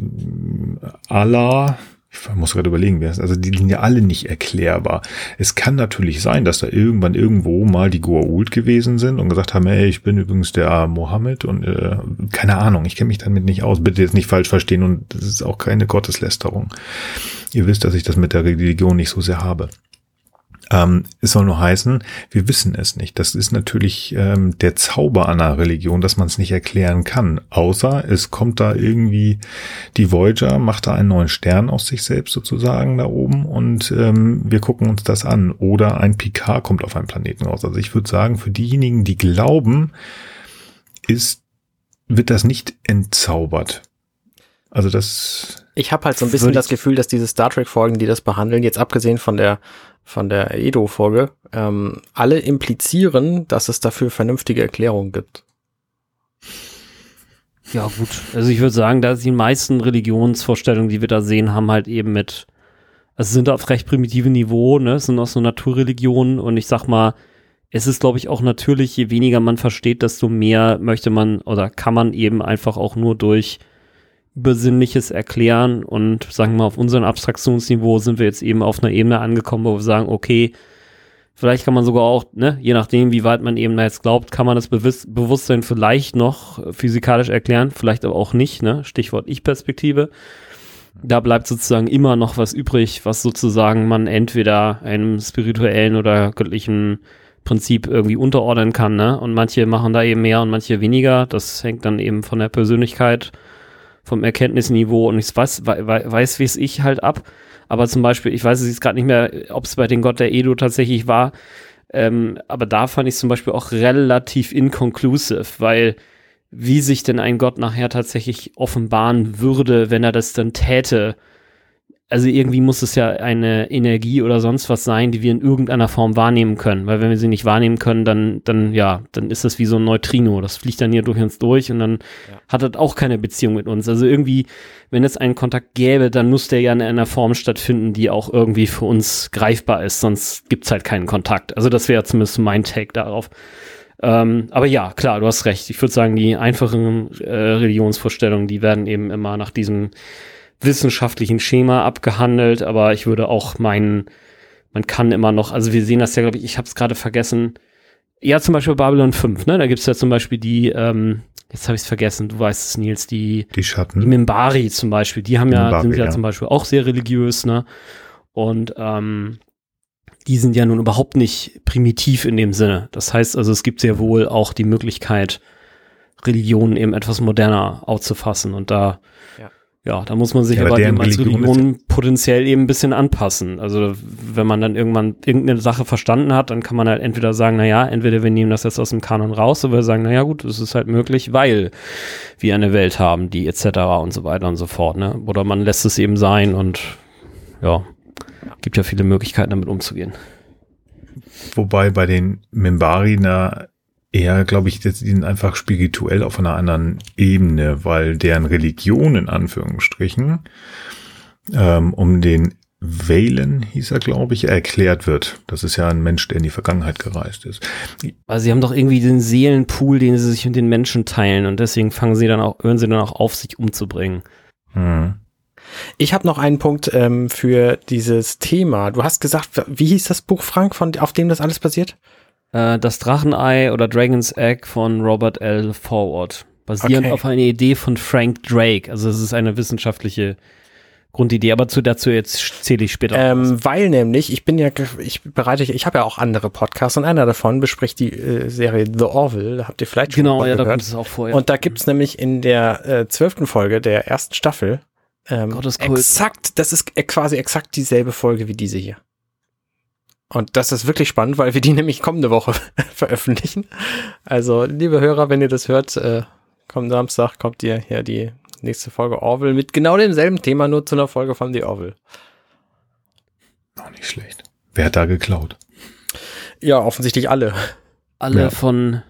Allah. Ich muss gerade überlegen, wer ist. Also die sind ja alle nicht erklärbar. Es kann natürlich sein, dass da irgendwann irgendwo mal die Goa'uld gewesen sind und gesagt haben, hey, ich bin übrigens der Mohammed und äh, keine Ahnung, ich kenne mich damit nicht aus. Bitte jetzt nicht falsch verstehen und das ist auch keine Gotteslästerung. Ihr wisst, dass ich das mit der Religion nicht so sehr habe. Ähm, es soll nur heißen, wir wissen es nicht. Das ist natürlich ähm, der Zauber einer Religion, dass man es nicht erklären kann. Außer es kommt da irgendwie, die Voyager macht da einen neuen Stern aus sich selbst sozusagen da oben und ähm, wir gucken uns das an. Oder ein Picard kommt auf einen Planeten raus. Also ich würde sagen, für diejenigen, die glauben, ist, wird das nicht entzaubert. Also das... Ich habe halt so ein bisschen das Gefühl, dass diese Star Trek-Folgen, die das behandeln, jetzt abgesehen von der von der Edo-Folge, ähm, alle implizieren, dass es dafür vernünftige Erklärungen gibt. Ja gut, also ich würde sagen, dass die meisten Religionsvorstellungen, die wir da sehen, haben halt eben mit, also sind auf recht primitivem Niveau, ne, es sind auch so Naturreligionen und ich sag mal, es ist glaube ich auch natürlich, je weniger man versteht, desto mehr möchte man oder kann man eben einfach auch nur durch Übersinnliches erklären und sagen wir mal, auf unserem Abstraktionsniveau sind wir jetzt eben auf einer Ebene angekommen, wo wir sagen, okay, vielleicht kann man sogar auch, ne, je nachdem, wie weit man eben da jetzt glaubt, kann man das Bewusst- Bewusstsein vielleicht noch physikalisch erklären, vielleicht aber auch nicht, ne, Stichwort Ich-Perspektive. Da bleibt sozusagen immer noch was übrig, was sozusagen man entweder einem spirituellen oder göttlichen Prinzip irgendwie unterordnen kann, ne? Und manche machen da eben mehr und manche weniger. Das hängt dann eben von der Persönlichkeit, vom Erkenntnisniveau und ich weiß, weiß wie es ich halt ab. Aber zum Beispiel, ich weiß es jetzt gerade nicht mehr, ob es bei den Gott der Edo tatsächlich war, ähm, aber da fand ich es zum Beispiel auch relativ inconclusive, weil wie sich denn ein Gott nachher tatsächlich offenbaren würde, wenn er das dann täte. Also irgendwie muss es ja eine Energie oder sonst was sein, die wir in irgendeiner Form wahrnehmen können. Weil wenn wir sie nicht wahrnehmen können, dann, dann ja, dann ist das wie so ein Neutrino. Das fliegt dann hier durch uns durch und dann ja. hat das auch keine Beziehung mit uns. Also irgendwie, wenn es einen Kontakt gäbe, dann muss der ja in einer Form stattfinden, die auch irgendwie für uns greifbar ist. Sonst gibt's halt keinen Kontakt. Also das wäre zumindest mein Take darauf. Ähm, aber ja, klar, du hast recht. Ich würde sagen, die einfachen äh, Religionsvorstellungen, die werden eben immer nach diesem wissenschaftlichen Schema abgehandelt, aber ich würde auch meinen, man kann immer noch, also wir sehen das ja, glaube ich, ich habe es gerade vergessen, ja, zum Beispiel Babylon fünf, ne, da gibt es ja zum Beispiel die, ähm, jetzt habe ich es vergessen, du weißt es, Nils, die die Schatten, die Minbari zum Beispiel, die haben ja, Minbari, sind ja, ja zum Beispiel auch sehr religiös, ne, und ähm, die sind ja nun überhaupt nicht primitiv in dem Sinne. Das heißt also, es gibt sehr wohl auch die Möglichkeit, Religionen eben etwas moderner aufzufassen und da ja. Ja, da muss man sich ja, aber eben als Religion, Religion potenziell eben ein bisschen anpassen. Also wenn man dann irgendwann irgendeine Sache verstanden hat, dann kann man halt entweder sagen, naja, entweder wir nehmen das jetzt aus dem Kanon raus, oder wir sagen, naja gut, es ist halt möglich, weil wir eine Welt haben, die et cetera und so weiter und so fort. Ne? Oder man lässt es eben sein und ja, gibt ja viele Möglichkeiten, damit umzugehen. Wobei bei den Minbari na eher, glaube ich, die sind einfach spirituell auf einer anderen Ebene, weil deren Religion in Anführungsstrichen ähm, um den Valen, hieß er, glaube ich, erklärt wird. Das ist ja ein Mensch, der in die Vergangenheit gereist ist. Also sie haben doch irgendwie den Seelenpool, den sie sich mit den Menschen teilen und deswegen fangen sie dann auch, hören sie dann auch auf, sich umzubringen. Hm. Ich habe noch einen Punkt ähm, für dieses Thema. Du hast gesagt, wie hieß das Buch, Frank, von, auf dem das alles basiert? Das Drachenei oder Dragon's Egg von Robert L. Forward, basierend okay. auf einer Idee von Frank Drake. Also es ist eine wissenschaftliche Grundidee, aber zu dazu jetzt zähle ich später. Ähm, weil nämlich, ich bin ja, ich bereite, ich habe ja auch andere Podcasts und einer davon bespricht die äh, Serie The Orville, da habt ihr vielleicht schon genau, mal ja, gehört. Da kommt es auch vorher. Und da gibt's nämlich in der zwölften äh, Folge der ersten Staffel ähm, exakt, das ist quasi exakt dieselbe Folge wie diese hier. Und das ist wirklich spannend, weil wir die nämlich kommende Woche veröffentlichen. Also, liebe Hörer, wenn ihr das hört, äh, kommenden Samstag kommt ihr hier die nächste Folge Orville mit genau demselben Thema, nur zu einer Folge von The Orville. Auch nicht schlecht. Wer hat da geklaut? Ja, offensichtlich alle. Alle ja. von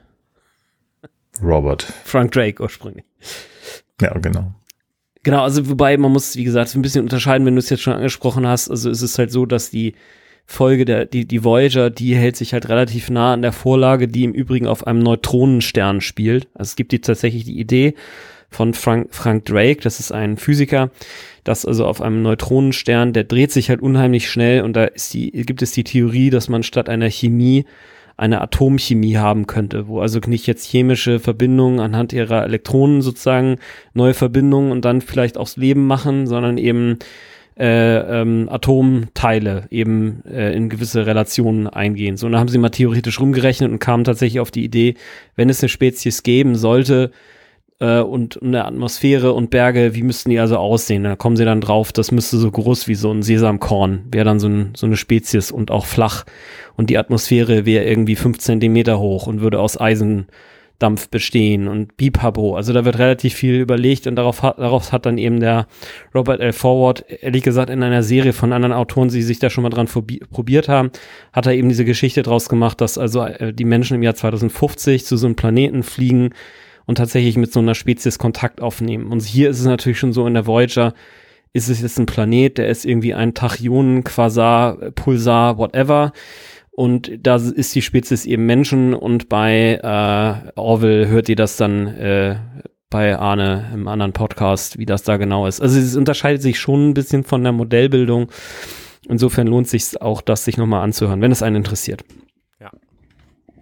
Robert. Frank Drake ursprünglich. Ja, genau. Genau, also wobei man muss, wie gesagt, ein bisschen unterscheiden, wenn du es jetzt schon angesprochen hast. Also es ist halt so, dass die Folge, der, die, die Voyager, die hält sich halt relativ nah an der Vorlage, die im Übrigen auf einem Neutronenstern spielt. Also es gibt die tatsächlich die Idee von Frank, Frank Drake, das ist ein Physiker, dass also auf einem Neutronenstern, der dreht sich halt unheimlich schnell und da ist die, gibt es die Theorie, dass man statt einer Chemie eine Atomchemie haben könnte, wo also nicht jetzt chemische Verbindungen anhand ihrer Elektronen sozusagen neue Verbindungen und dann vielleicht aufs Leben machen, sondern eben Äh, ähm, Atomteile eben äh, in gewisse Relationen eingehen. So, und da haben sie mal theoretisch rumgerechnet und kamen tatsächlich auf die Idee, wenn es eine Spezies geben sollte äh, und eine Atmosphäre und Berge, wie müssten die also aussehen? Da kommen sie dann drauf, das müsste so groß wie so ein Sesamkorn, wäre dann so, ein, so eine Spezies und auch flach. Und die Atmosphäre wäre irgendwie fünf Zentimeter hoch und würde aus Eisen Dampf bestehen und Bipabo. Also da wird relativ viel überlegt und darauf hat, darauf hat dann eben der Robert L. Forward, ehrlich gesagt in einer Serie von anderen Autoren, die sich da schon mal dran probi- probiert haben, hat er eben diese Geschichte draus gemacht, dass also äh, die Menschen im Jahr zweitausendfünfzig zu so einem Planeten fliegen und tatsächlich mit so einer Spezies Kontakt aufnehmen. Und hier ist es natürlich schon so, in der Voyager ist es jetzt ein Planet, der ist irgendwie ein Tachyonen, Quasar, Pulsar, whatever. Und da ist die Spezies eben Menschen und bei äh, Orville hört ihr das dann äh, bei Arne im anderen Podcast, wie das da genau ist. Also es unterscheidet sich schon ein bisschen von der Modellbildung. Insofern lohnt es sich auch, das sich nochmal anzuhören, wenn es einen interessiert. Ja.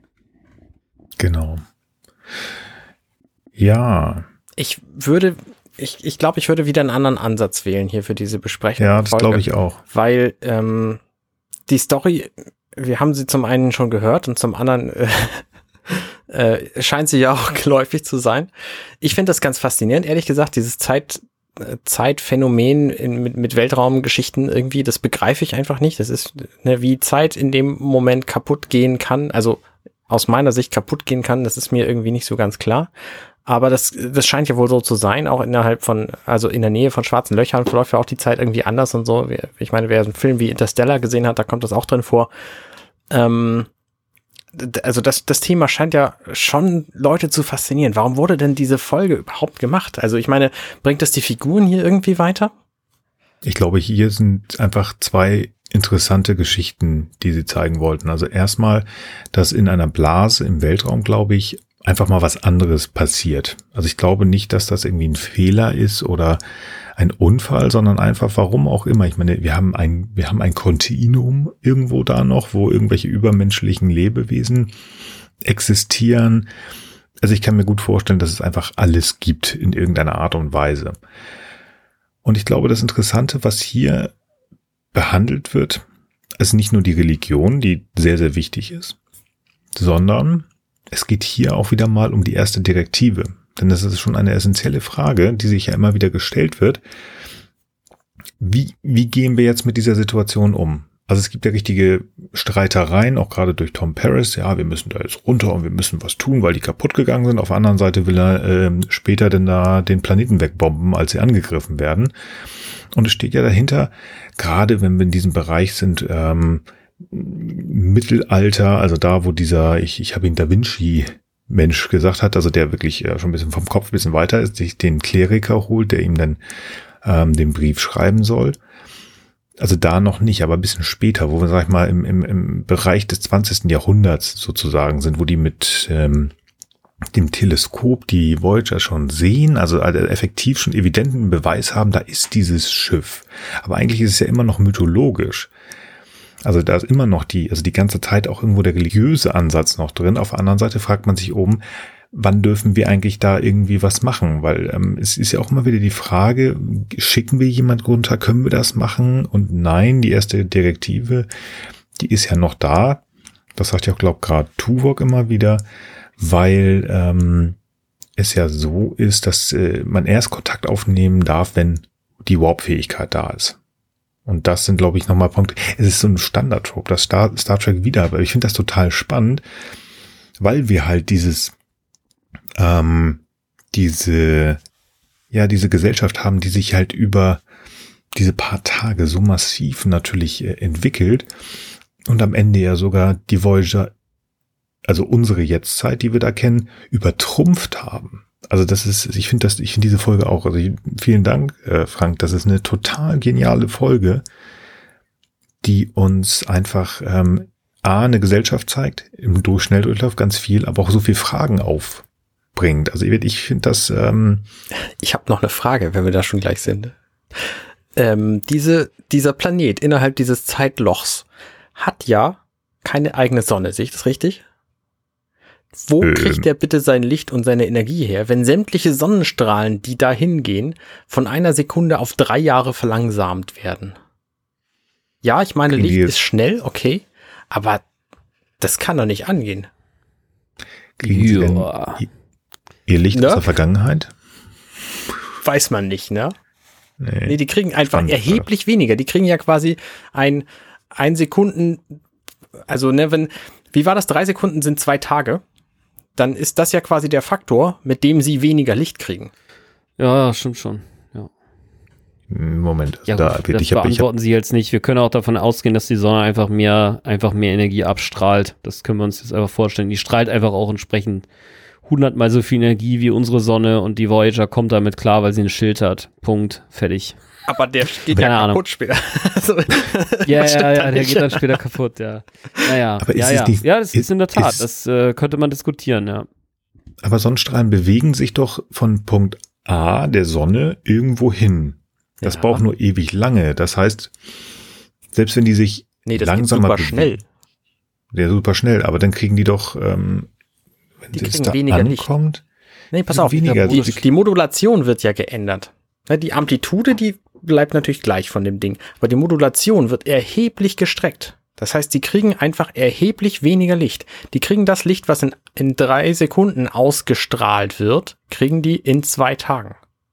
Genau. Ja. Ich würde ich, ich glaube, ich würde wieder einen anderen Ansatz wählen hier für diese Besprechung. Ja, das glaube ich auch. Weil ähm, die Story, wir haben sie zum einen schon gehört und zum anderen äh, äh, scheint sie ja auch geläufig zu sein. Ich finde das ganz faszinierend, ehrlich gesagt, dieses Zeit, äh, Zeitphänomen in, mit, mit Weltraumgeschichten irgendwie, das begreife ich einfach nicht. Das ist, ne, wie Zeit in dem Moment kaputt gehen kann, also aus meiner Sicht kaputt gehen kann, das ist mir irgendwie nicht so ganz klar. Aber das, das scheint ja wohl so zu sein, auch innerhalb von, also in der Nähe von schwarzen Löchern verläuft ja auch die Zeit irgendwie anders und so. Ich meine, wer einen Film wie Interstellar gesehen hat, da kommt das auch drin vor. Ähm, also das, das Thema scheint ja schon Leute zu faszinieren. Warum wurde denn diese Folge überhaupt gemacht? Also ich meine, bringt das die Figuren hier irgendwie weiter? Ich glaube, hier sind einfach zwei interessante Geschichten, die sie zeigen wollten. Also erstmal, dass in einer Blase im Weltraum, glaube ich, einfach mal was anderes passiert. Also ich glaube nicht, dass das irgendwie ein Fehler ist oder ein Unfall, sondern einfach, warum auch immer. Ich meine, wir haben ein, wir haben ein Kontinuum irgendwo da noch, wo irgendwelche übermenschlichen Lebewesen existieren. Also ich kann mir gut vorstellen, dass es einfach alles gibt in irgendeiner Art und Weise. Und ich glaube, das Interessante, was hier behandelt wird, ist nicht nur die Religion, die sehr, sehr wichtig ist, sondern es geht hier auch wieder mal um die erste Direktive. Denn das ist schon eine essentielle Frage, die sich ja immer wieder gestellt wird. Wie, wie gehen wir jetzt mit dieser Situation um? Also es gibt ja richtige Streitereien, auch gerade durch Tom Paris. Ja, wir müssen da jetzt runter und wir müssen was tun, weil die kaputt gegangen sind. Auf der anderen Seite will er äh, später denn da den Planeten wegbomben, als sie angegriffen werden. Und es steht ja dahinter, gerade wenn wir in diesem Bereich sind, ähm, Mittelalter, also da, wo dieser, ich, ich habe ihn Da Vinci Mensch gesagt hat, also der wirklich äh, schon ein bisschen vom Kopf ein bisschen weiter ist, sich den Kleriker holt, der ihm dann ähm, den Brief schreiben soll. Also da noch nicht, aber ein bisschen später, wo wir, sag ich mal, im, im, im Bereich des zwanzigsten Jahrhunderts sozusagen sind, wo die mit ähm, dem Teleskop die Voyager schon sehen, also effektiv schon evidenten Beweis haben, da ist dieses Schiff. Aber eigentlich ist es ja immer noch mythologisch. Also da ist immer noch die, also die ganze Zeit auch irgendwo der religiöse Ansatz noch drin. Auf der anderen Seite fragt man sich oben, wann dürfen wir eigentlich da irgendwie was machen? Weil ähm, es ist ja auch immer wieder die Frage, schicken wir jemand runter, können wir das machen? Und nein, die erste Direktive, die ist ja noch da. Das sagt ja auch, glaube ich, gerade Tuvok immer wieder, weil ähm, es ja so ist, dass äh, man erst Kontakt aufnehmen darf, wenn die Warp-Fähigkeit da ist. Und das sind, glaube ich, nochmal Punkte. Es ist so ein Standard-Trope, das Star, Star Trek wieder, aber ich finde das total spannend, weil wir halt dieses, ähm, diese, ja, diese Gesellschaft haben, die sich halt über diese paar Tage so massiv natürlich äh, entwickelt und am Ende ja sogar die Voyager, also unsere Jetztzeit, die wir da kennen, übertrumpft haben. Also das ist, ich finde das, ich finde diese Folge auch, also vielen Dank, äh, Frank, das ist eine total geniale Folge, die uns einfach ähm, A, eine Gesellschaft zeigt, im Durchschnelldurchlauf ganz viel, aber auch so viel Fragen aufbringt. Also ich, ich finde das... Ähm ich habe noch eine Frage, wenn wir da schon gleich sind. Ähm, diese, dieser Planet innerhalb dieses Zeitlochs hat ja keine eigene Sonne, sehe ich das richtig? Wo ähm. kriegt der bitte sein Licht und seine Energie her, wenn sämtliche Sonnenstrahlen, die da hingehen, von einer Sekunde auf drei Jahre verlangsamt werden? Ja, ich meine, Licht ist schnell, okay, aber das kann doch nicht angehen. Kriegen Sie denn Ihr Licht ne? aus der Vergangenheit? Weiß man nicht, ne? Nee, nee die kriegen einfach Spannend, erheblich oder? weniger. Die kriegen ja quasi ein, ein Sekunden, also ne, wenn, wie war das? Drei Sekunden sind zwei Tage. Dann ist das ja quasi der Faktor, mit dem sie weniger Licht kriegen. Ja, stimmt schon. Ja. Moment, ja, da, gut, das ich beantworten hab, ich hab, Sie jetzt nicht. Wir können auch davon ausgehen, dass die Sonne einfach mehr, einfach mehr Energie abstrahlt. Das können wir uns jetzt einfach vorstellen. Die strahlt einfach auch entsprechend hundertmal so viel Energie wie unsere Sonne und die Voyager kommt damit klar, weil sie ein Schild hat. Punkt. Fertig. Aber der geht Keine ja Ahnung. kaputt später. also, ja, ja, ja, der geht dann später kaputt, ja. Naja, aber ja, ist ja. Nicht, ja, das ist, ist in der Tat, ist, das äh, könnte man diskutieren, ja. Aber Sonnenstrahlen bewegen sich doch von Punkt A der Sonne irgendwo hin. Das ja. braucht nur ewig lange. Das heißt, selbst wenn die sich nee, das langsamer geht super schnell. Ja, super schnell, aber dann kriegen die doch, ähm, wenn die es da ankommt, Licht. Nee, pass auf, weniger die, die Modulation wird ja geändert. Die Amplitude, die bleibt natürlich gleich von dem Ding, aber die Modulation wird erheblich gestreckt. Das heißt, die kriegen einfach erheblich weniger Licht. Die kriegen das Licht, was in, in drei Sekunden ausgestrahlt wird, kriegen die in zwei Tagen.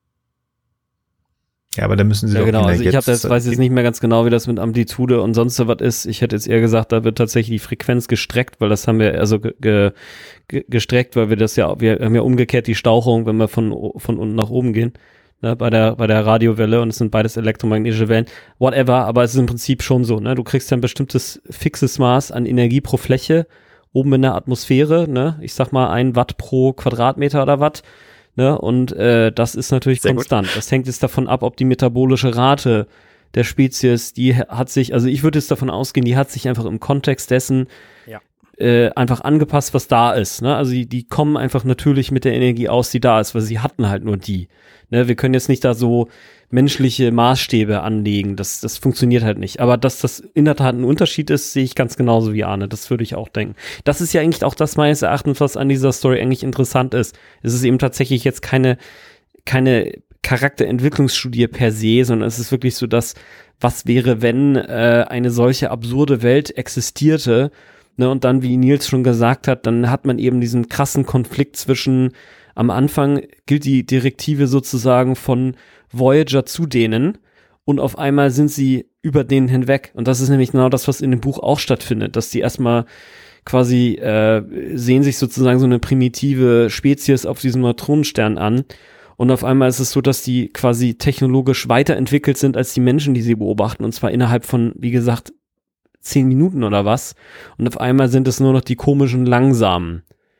Ja, aber da müssen sie ja, auch genau. Also ich jetzt, hab das, weiß jetzt nicht mehr ganz genau, wie das mit Amplitude und sonst so was ist. Ich hätte jetzt eher gesagt, da wird tatsächlich die Frequenz gestreckt, weil das haben wir also ge, ge, gestreckt, weil wir das ja, wir haben ja umgekehrt die Stauchung, wenn wir von von unten nach oben gehen. Ne, bei der bei der Radiowelle, und es sind beides elektromagnetische Wellen, whatever, aber es ist im Prinzip schon so, ne? Du kriegst ja ein bestimmtes fixes Maß an Energie pro Fläche oben in der Atmosphäre, ne? Ich sag mal ein Watt pro Quadratmeter oder Watt, ne? Und äh, das ist natürlich Sehr konstant. Gut. Das hängt jetzt davon ab, ob die metabolische Rate der Spezies, die hat sich, also ich würde jetzt davon ausgehen, die hat sich einfach im Kontext dessen ja. äh, einfach angepasst, was da ist, ne? Also die, die kommen einfach natürlich mit der Energie aus, die da ist, weil sie hatten halt nur die. Ne, wir können jetzt nicht da so menschliche Maßstäbe anlegen, das, das funktioniert halt nicht. Aber dass das in der Tat ein Unterschied ist, sehe ich ganz genauso wie Arne, das würde ich auch denken. Das ist ja eigentlich auch das meines Erachtens, was an dieser Story eigentlich interessant ist. Es ist eben tatsächlich jetzt keine, keine Charakterentwicklungsstudie per se, sondern es ist wirklich so, dass was wäre, wenn äh, eine solche absurde Welt existierte, ne, und dann, wie Nils schon gesagt hat, dann hat man eben diesen krassen Konflikt zwischen am Anfang gilt die Direktive sozusagen von Voyager zu denen und auf einmal sind sie über denen hinweg. Und das ist nämlich genau das, was in dem Buch auch stattfindet, dass die erstmal quasi äh, sehen sich sozusagen so eine primitive Spezies auf diesem Neutronenstern an und auf einmal ist es so, dass die quasi technologisch weiterentwickelt sind als die Menschen, die sie beobachten, und zwar innerhalb von, wie gesagt, zehn Minuten oder was. Und auf einmal sind es nur noch die komischen Langsamen.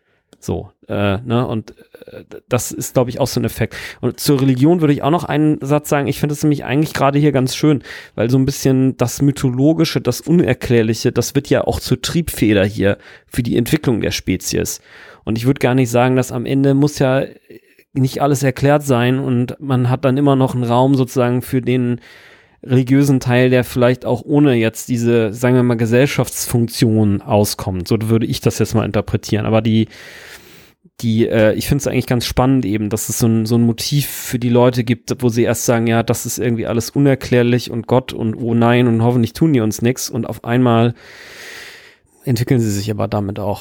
So, äh, ne, und äh, das ist, glaube ich, auch so ein Effekt. Und zur Religion würde ich auch noch einen Satz sagen. Ich finde es nämlich eigentlich gerade hier ganz schön, weil so ein bisschen das Mythologische, das Unerklärliche, das wird ja auch zur Triebfeder hier für die Entwicklung der Spezies. Und ich würde gar nicht sagen, dass am Ende muss ja nicht alles erklärt sein und man hat dann immer noch einen Raum sozusagen für den religiösen Teil, der vielleicht auch ohne jetzt diese, sagen wir mal, Gesellschaftsfunktion auskommt. So würde ich das jetzt mal interpretieren. Aber die, die, äh, ich finde es eigentlich ganz spannend eben, dass es so ein, so ein Motiv für die Leute gibt, wo sie erst sagen, ja, das ist irgendwie alles unerklärlich und Gott und oh nein und hoffentlich tun die uns nichts und auf einmal entwickeln sie sich aber damit auch.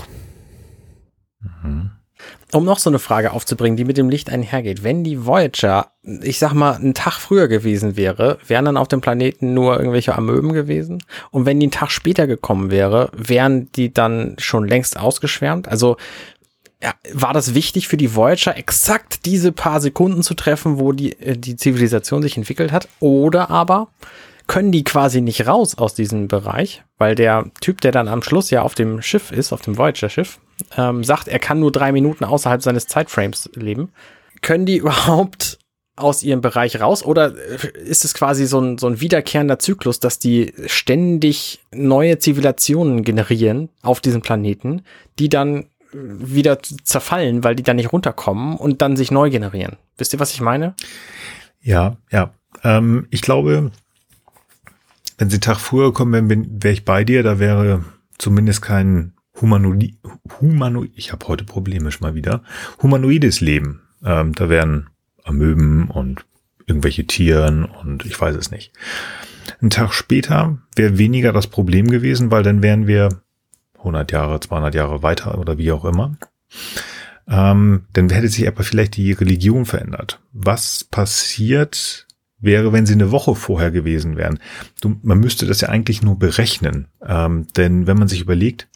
Mhm. Um noch so eine Frage aufzubringen, die mit dem Licht einhergeht. Wenn die Voyager, ich sag mal, einen Tag früher gewesen wäre, wären dann auf dem Planeten nur irgendwelche Amöben gewesen? Und wenn die einen Tag später gekommen wäre, wären die dann schon längst ausgeschwärmt? Also ja, war das wichtig für die Voyager, exakt diese paar Sekunden zu treffen, wo die, die Zivilisation sich entwickelt hat? Oder aber können die quasi nicht raus aus diesem Bereich, weil der Typ, der dann am Schluss ja auf dem Schiff ist, auf dem Voyager-Schiff, ähm, sagt, er kann nur drei Minuten außerhalb seines Zeitframes leben. Können die überhaupt aus ihrem Bereich raus? Oder ist es quasi so ein, so ein wiederkehrender Zyklus, dass die ständig neue Zivilisationen generieren auf diesem Planeten, die dann wieder zerfallen, weil die dann nicht runterkommen und dann sich neu generieren? Wisst ihr, was ich meine? Ja, ja. Ähm, ich glaube, wenn sie einen Tag früher kommen, wäre ich bei dir, da wäre zumindest kein Humanoid, Humanoid, ich habe heute Probleme schon mal wieder, humanoides Leben. Ähm, da wären Amöben und irgendwelche Tieren und ich weiß es nicht. Ein Tag später wäre weniger das Problem gewesen, weil dann wären wir hundert Jahre, zweihundert Jahre weiter oder wie auch immer. Ähm, dann hätte sich aber vielleicht die Religion verändert. Was passiert wäre, wenn sie eine Woche vorher gewesen wären? Du, man müsste das ja eigentlich nur berechnen. Ähm, denn wenn man sich überlegt,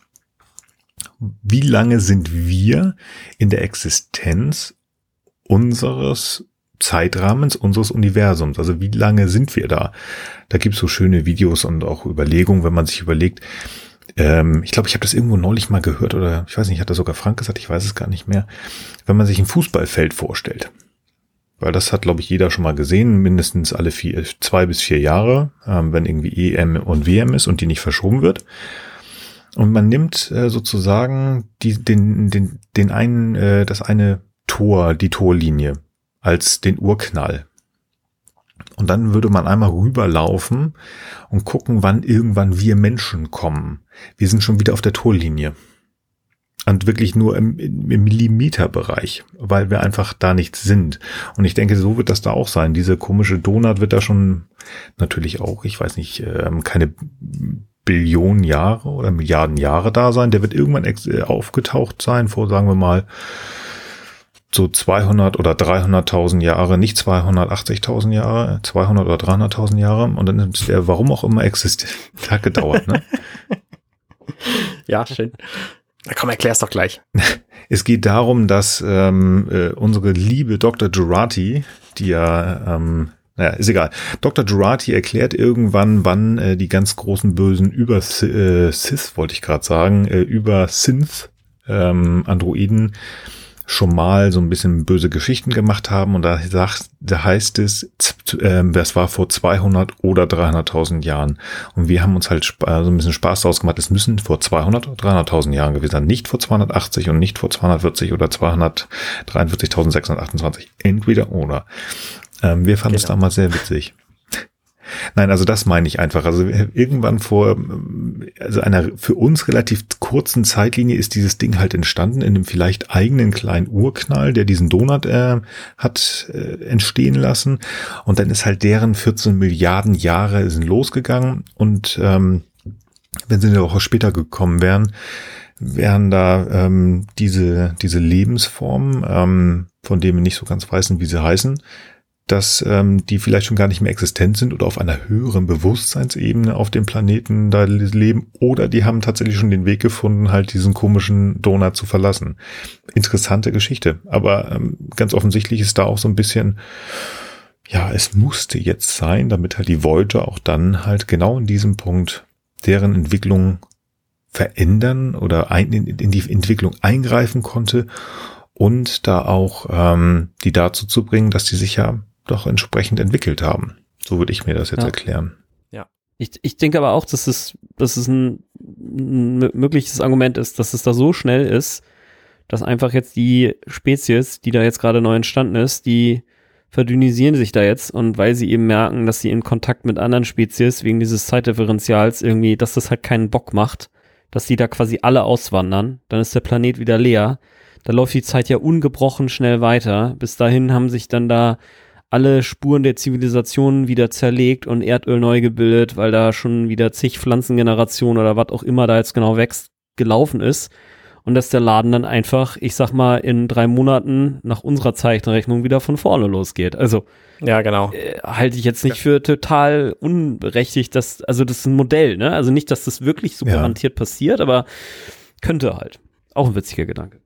wie lange sind wir in der Existenz unseres Zeitrahmens, unseres Universums? Also wie lange sind wir da? Da gibt es so schöne Videos und auch Überlegungen, wenn man sich überlegt. Ähm, ich glaube, ich habe das irgendwo neulich mal gehört oder ich weiß nicht, hat das sogar Frank gesagt, ich weiß es gar nicht mehr. Wenn man sich ein Fußballfeld vorstellt, weil das hat, glaube ich, jeder schon mal gesehen, mindestens alle vier, zwei bis vier Jahre, ähm, wenn irgendwie E M und W M ist und die nicht verschoben wird. Und man nimmt äh, sozusagen die, den, den, den einen, äh, das eine Tor, die Torlinie als den Urknall. Und dann würde man einmal rüberlaufen und gucken, wann irgendwann wir Menschen kommen. Wir sind schon wieder auf der Torlinie. Und wirklich nur im, im Millimeterbereich, weil wir einfach da nicht sind. Und ich denke, so wird das da auch sein. Diese komische Donut wird da schon natürlich auch, ich weiß nicht, keine Billionen Jahre oder Milliarden Jahre da sein. Der wird irgendwann ex- aufgetaucht sein vor, sagen wir mal, so zweihundert oder dreihunderttausend Jahre, nicht zweihundertachtzigtausend Jahre, zweihundert oder dreihunderttausend Jahre. Und dann ist der, warum auch immer, existiert. Hat gedauert, ne? Ja, schön. Na komm, erklär's doch gleich. Es geht darum, dass ähm, äh, unsere liebe Doktor Jurati, die ja, ähm, naja, ist egal. Doktor Jurati erklärt irgendwann, wann äh, die ganz großen Bösen über äh, Sith, wollte ich gerade sagen, äh, über Synth ähm, Androiden schon mal so ein bisschen böse Geschichten gemacht haben. Und da, sagt, da heißt es, äh, das war vor zweihundert oder dreihunderttausend Jahren. Und wir haben uns halt sp- so ein bisschen Spaß draus gemacht. Es müssen vor zweihundert oder dreihunderttausend Jahren gewesen sein. Nicht vor zweihundertachtzig und nicht vor zweihundertvierzig oder zweihundertdreiundvierzigtausendsechshundertachtundzwanzig. Entweder oder. Ähm, wir fanden es genau. damals sehr witzig. Nein, also das meine ich einfach. Also irgendwann vor also einer für uns relativ kurzen Zeitlinie ist dieses Ding halt entstanden in einem vielleicht eigenen kleinen Urknall, der diesen Donut äh, hat äh, entstehen lassen. Und dann ist halt deren vierzehn Milliarden Jahre sind losgegangen. Und ähm, wenn sie eine Woche später gekommen wären, wären da ähm, diese diese Lebensformen, ähm, von denen wir nicht so ganz wissen, wie sie heißen, dass ähm, die vielleicht schon gar nicht mehr existent sind oder auf einer höheren Bewusstseinsebene auf dem Planeten da leben, oder die haben tatsächlich schon den Weg gefunden, halt diesen komischen Donut zu verlassen. Interessante Geschichte, aber ähm, ganz offensichtlich ist da auch so ein bisschen, ja, es musste jetzt sein, damit halt die Voyager auch dann halt genau in diesem Punkt deren Entwicklung verändern oder ein, in, in die Entwicklung eingreifen konnte und da auch ähm, die dazu zu bringen, dass die sich ja doch entsprechend entwickelt haben. So würde ich mir das jetzt ja. erklären. Ja. Ich, ich denke aber auch, dass es, dass es ein, ein mögliches Argument ist, dass es da so schnell ist, dass einfach jetzt die Spezies, die da jetzt gerade neu entstanden ist, die verdünnisieren sich da jetzt, und weil sie eben merken, dass sie in Kontakt mit anderen Spezies wegen dieses Zeitdifferenzials irgendwie, dass das halt keinen Bock macht, dass die da quasi alle auswandern, dann ist der Planet wieder leer. Da läuft die Zeit ja ungebrochen schnell weiter. Bis dahin haben sich dann da alle Spuren der Zivilisation wieder zerlegt und Erdöl neu gebildet, weil da schon wieder zig Pflanzengenerationen oder was auch immer da jetzt genau wächst, gelaufen ist. Und dass der Laden dann einfach, ich sag mal, in drei Monaten nach unserer Zeichenrechnung wieder von vorne losgeht. Also ja, genau. Äh, halte ich jetzt nicht ja. für total unberechtigt, dass, also das ist ein Modell, ne? Also nicht, dass das wirklich so ja. garantiert passiert, aber könnte halt. Auch ein witziger Gedanke.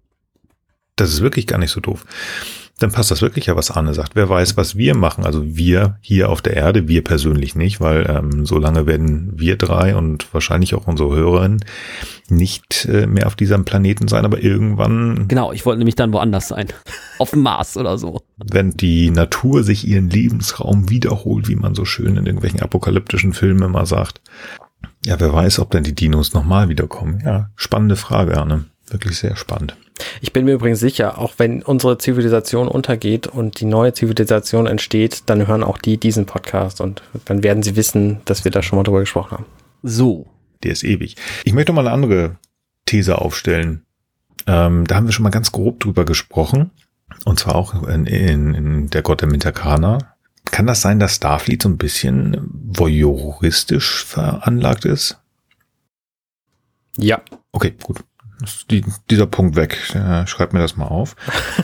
Das ist wirklich gar nicht so doof. Dann passt das wirklich ja, was Arne sagt. Wer weiß, was wir machen. Also wir hier auf der Erde, wir persönlich nicht, weil ähm, so lange werden wir drei und wahrscheinlich auch unsere Hörerinnen nicht äh, mehr auf diesem Planeten sein, aber irgendwann... Genau, ich wollte nämlich dann woanders sein. Auf dem Mars oder so. Wenn die Natur sich ihren Lebensraum wiederholt, wie man so schön in irgendwelchen apokalyptischen Filmen immer sagt. Ja, wer weiß, ob dann die Dinos nochmal wiederkommen. Ja, spannende Frage, Arne. Wirklich sehr spannend. Ich bin mir übrigens sicher, auch wenn unsere Zivilisation untergeht und die neue Zivilisation entsteht, dann hören auch die diesen Podcast und dann werden sie wissen, dass wir da schon mal drüber gesprochen haben. So. Der ist ewig. Ich möchte mal eine andere These aufstellen. Ähm, da haben wir schon mal ganz grob drüber gesprochen. Und zwar auch in, in, in der Gott der Mintakana. Kann das sein, dass Starfleet so ein bisschen voyeuristisch veranlagt ist? Ja. Okay, gut. Die, dieser Punkt weg. Äh, schreib mir das mal auf.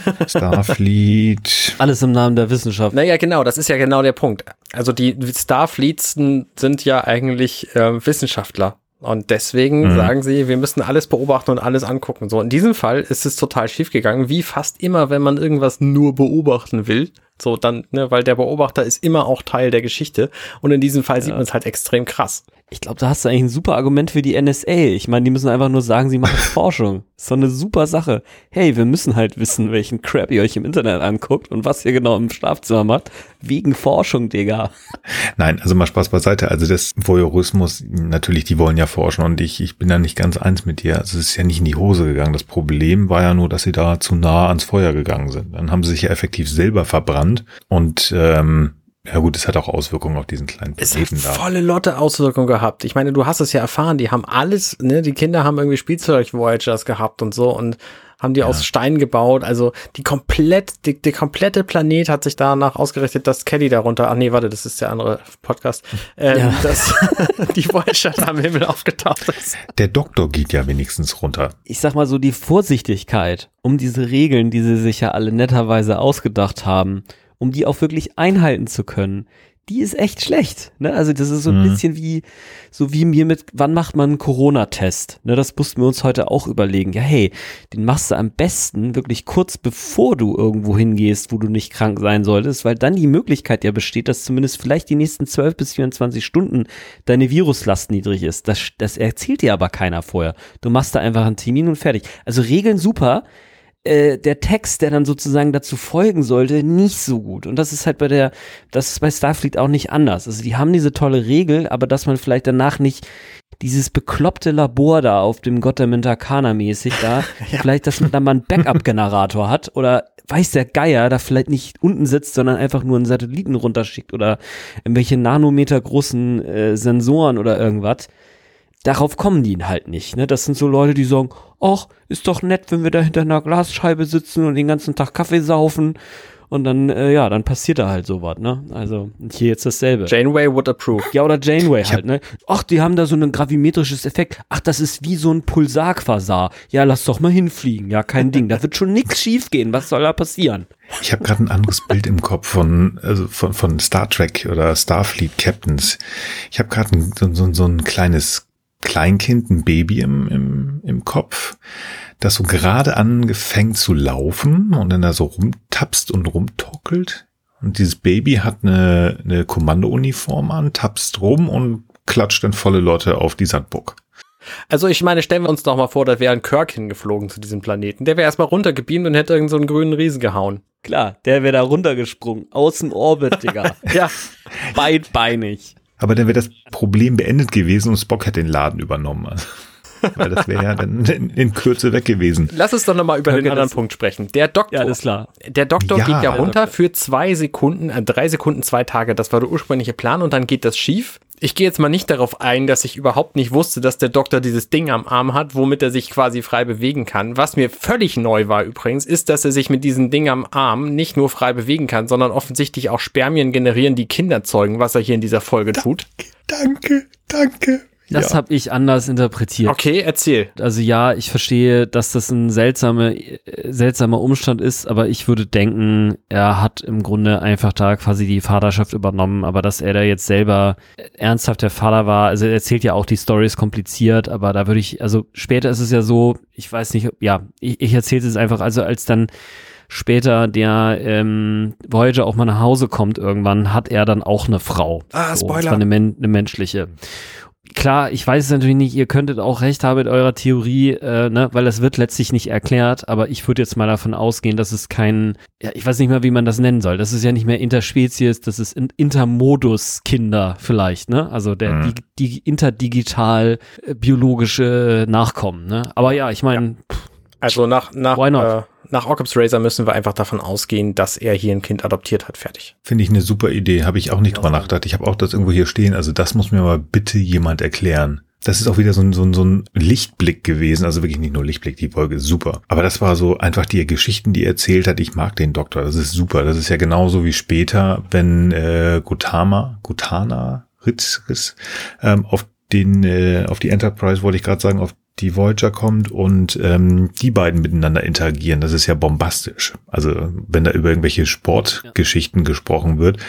Starfleet. Alles im Namen der Wissenschaft. Naja, genau, das ist ja genau der Punkt. Also die Starfleets sind ja eigentlich äh, Wissenschaftler. Und deswegen mhm. sagen sie, wir müssen alles beobachten und alles angucken. So, in diesem Fall ist es total schief gegangen, wie fast immer, wenn man irgendwas nur beobachten will. So, dann, ne, weil der Beobachter ist immer auch Teil der Geschichte. Und in diesem Fall ja. sieht man es halt extrem krass. Ich glaube, da hast du eigentlich ein super Argument für die N S A. Ich meine, die müssen einfach nur sagen, sie machen Forschung. Ist doch eine super Sache. Hey, wir müssen halt wissen, welchen Crap ihr euch im Internet anguckt und was ihr genau im Schlafzimmer macht. Wegen Forschung, Digga. Nein, also mal Spaß beiseite. Also das Voyeurismus, natürlich, die wollen ja forschen und ich, ich bin da nicht ganz eins mit dir. Also es ist ja nicht in die Hose gegangen. Das Problem war ja nur, dass sie da zu nah ans Feuer gegangen sind. Dann haben sie sich ja effektiv selber verbrannt und ähm, Ja gut, es hat auch Auswirkungen auf diesen kleinen Planeten. Es hat volle Lotte Auswirkungen gehabt. Ich meine, du hast es ja erfahren, die haben alles, ne, die Kinder haben irgendwie Spielzeug-Voyagers gehabt und so und haben die ja. aus Stein gebaut. Also die komplett, die, der komplette Planet hat sich danach ausgerichtet, dass Caddy darunter, ach nee, warte, das ist der andere Podcast, ähm, ja. dass die Voyager da am Himmel aufgetaucht ist. Der Doktor geht ja wenigstens runter. Ich sag mal so, die Vorsichtigkeit, um diese Regeln, die sie sich ja alle netterweise ausgedacht haben, um die auch wirklich einhalten zu können, die ist echt schlecht. Ne? Also das ist so ein mhm. bisschen wie, so wie mir mit, wann macht man einen Corona-Test? Ne, das mussten wir uns heute auch überlegen. Ja, hey, den machst du am besten wirklich kurz bevor du irgendwo hingehst, wo du nicht krank sein solltest, weil dann die Möglichkeit ja besteht, dass zumindest vielleicht die nächsten zwölf bis vierundzwanzig Stunden deine Viruslast niedrig ist. Das, das erzählt dir aber keiner vorher. Du machst da einfach einen Termin und fertig. Also Regeln super. Der Text, der dann sozusagen dazu folgen sollte, nicht so gut. Und das ist halt bei der, das ist bei Starfleet auch nicht anders. Also die haben diese tolle Regel, aber dass man vielleicht danach nicht dieses bekloppte Labor da auf dem Gott der Mentakana mäßig da, ja. vielleicht, dass man da mal einen Backup-Generator hat oder weiß der Geier da vielleicht nicht unten sitzt, sondern einfach nur einen Satelliten runterschickt oder irgendwelche Nanometer großen äh, Sensoren oder irgendwas. Darauf kommen die halt nicht, ne? Das sind so Leute, die sagen, ach, ist doch nett, wenn wir da hinter einer Glasscheibe sitzen und den ganzen Tag Kaffee saufen und dann, äh, ja, dann passiert da halt sowas, ne? Also, hier jetzt dasselbe. Janeway would approve. Ja, oder Janeway halt, ne? Ach, die haben da so ein gravimetrisches Effekt. Ach, das ist wie so ein Pulsarquasar. Ja, lass doch mal hinfliegen. Ja, kein Ding. Da wird schon nix schief gehen. Was soll da passieren? Ich habe gerade ein anderes Bild im Kopf von, also von, von Star Trek oder Starfleet Captains. Ich habe gerade so, so, so ein kleines Kleinkind, ein Baby im, im, im Kopf, das so gerade angefangen zu laufen und dann da so rumtapst und rumtockelt. Und dieses Baby hat eine, eine Kommandouniform an, tapst rum und klatscht dann volle Lotte auf die Sandburg. Also ich meine, stellen wir uns doch mal vor, da wäre ein Kirk hingeflogen zu diesem Planeten. Der wäre erstmal runtergebeamt und hätte irgend so einen grünen Riesen gehauen. Klar, der wäre da runtergesprungen, aus dem Orbit, Digga. Ja. Beidbeinig. Aber dann wäre das Problem beendet gewesen und Spock hätte den Laden übernommen. Also, weil das wäre ja dann in, in Kürze weg gewesen. Lass uns doch nochmal über okay, den anderen Punkt sprechen. Der Doktor, ja, alles klar. Der Doktor ja, geht ja runter für zwei Sekunden, äh, drei Sekunden, zwei Tage. Das war der ursprüngliche Plan und dann geht das schief. Ich gehe jetzt mal nicht darauf ein, dass ich überhaupt nicht wusste, dass der Doktor dieses Ding am Arm hat, womit er sich quasi frei bewegen kann. Was mir völlig neu war übrigens, ist, dass er sich mit diesem Ding am Arm nicht nur frei bewegen kann, sondern offensichtlich auch Spermien generieren, die Kinder zeugen, was er hier in dieser Folge tut. Danke, danke. Das ja. habe ich anders interpretiert. Okay, erzähl. Also ja, ich verstehe, dass das ein seltsame, seltsamer Umstand ist, aber ich würde denken, er hat im Grunde einfach da quasi die Vaterschaft übernommen, aber dass er da jetzt selber ernsthaft der Vater war, also er erzählt ja auch, die Story ist kompliziert, aber da würde ich, also später ist es ja so, ich weiß nicht, ja, ich, ich erzähle es einfach, also als dann später der ähm, Voyager auch mal nach Hause kommt irgendwann, hat er dann auch eine Frau. Ah, Spoiler. So, zwar eine, men- eine menschliche. Klar, ich weiß es natürlich nicht, ihr könntet auch recht haben mit eurer Theorie, äh, ne, weil das wird letztlich nicht erklärt, aber ich würde jetzt mal davon ausgehen, dass es kein, ja, ich weiß nicht mal, wie man das nennen soll, das ist ja nicht mehr Interspezies, das ist Intermodus-Kinder vielleicht, ne, also der, mhm. die, die interdigital äh, biologische Nachkommen, ne, aber ja, ich meine, ja. Also nach, nach, äh, nach Occam's Razor müssen wir einfach davon ausgehen, dass er hier ein Kind adoptiert hat. Fertig. Finde ich eine super Idee. Habe ich auch nicht ja. drüber nachgedacht. Ich habe auch das irgendwo hier stehen. Also das muss mir mal bitte jemand erklären. Das ist auch wieder so ein, so ein, so ein Lichtblick gewesen. Also wirklich nicht nur Lichtblick, die Folge ist super. Aber das war so einfach die Geschichten, die er erzählt hat. Ich mag den Doktor. Das ist super. Das ist ja genauso wie später, wenn äh, Gotama, Gotana, Ritz, Ritz ähm, auf den, äh, auf die Enterprise, wollte ich gerade sagen, auf die Voyager kommt und ähm, die beiden miteinander interagieren. Das ist ja bombastisch. Also wenn da über irgendwelche Sportgeschichten ja. gesprochen wird.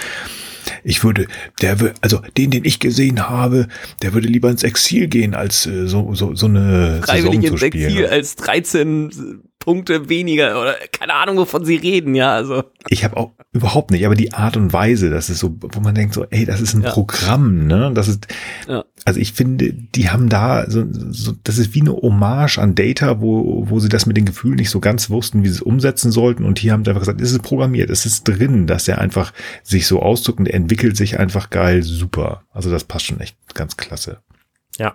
Ich würde, der würde, also den, den ich gesehen habe, der würde lieber ins Exil gehen, als äh, so so so eine Freiwillig Saison zu ins spielen. Exil als dreizehn Punkte weniger oder keine Ahnung, wovon sie reden, ja, also. Ich habe auch überhaupt nicht, aber die Art und Weise, das ist so, wo man denkt so, ey, das ist ein ja. Programm, ne? Das ist, ja. also ich finde, die haben da so, so, das ist wie eine Hommage an Data, wo wo sie das mit den Gefühlen nicht so ganz wussten, wie sie es umsetzen sollten, und hier haben sie einfach gesagt, es ist programmiert, es ist drin, dass er einfach sich so ausdrückt und er entwickelt sich einfach geil, super. Also das passt schon echt ganz klasse. Ja.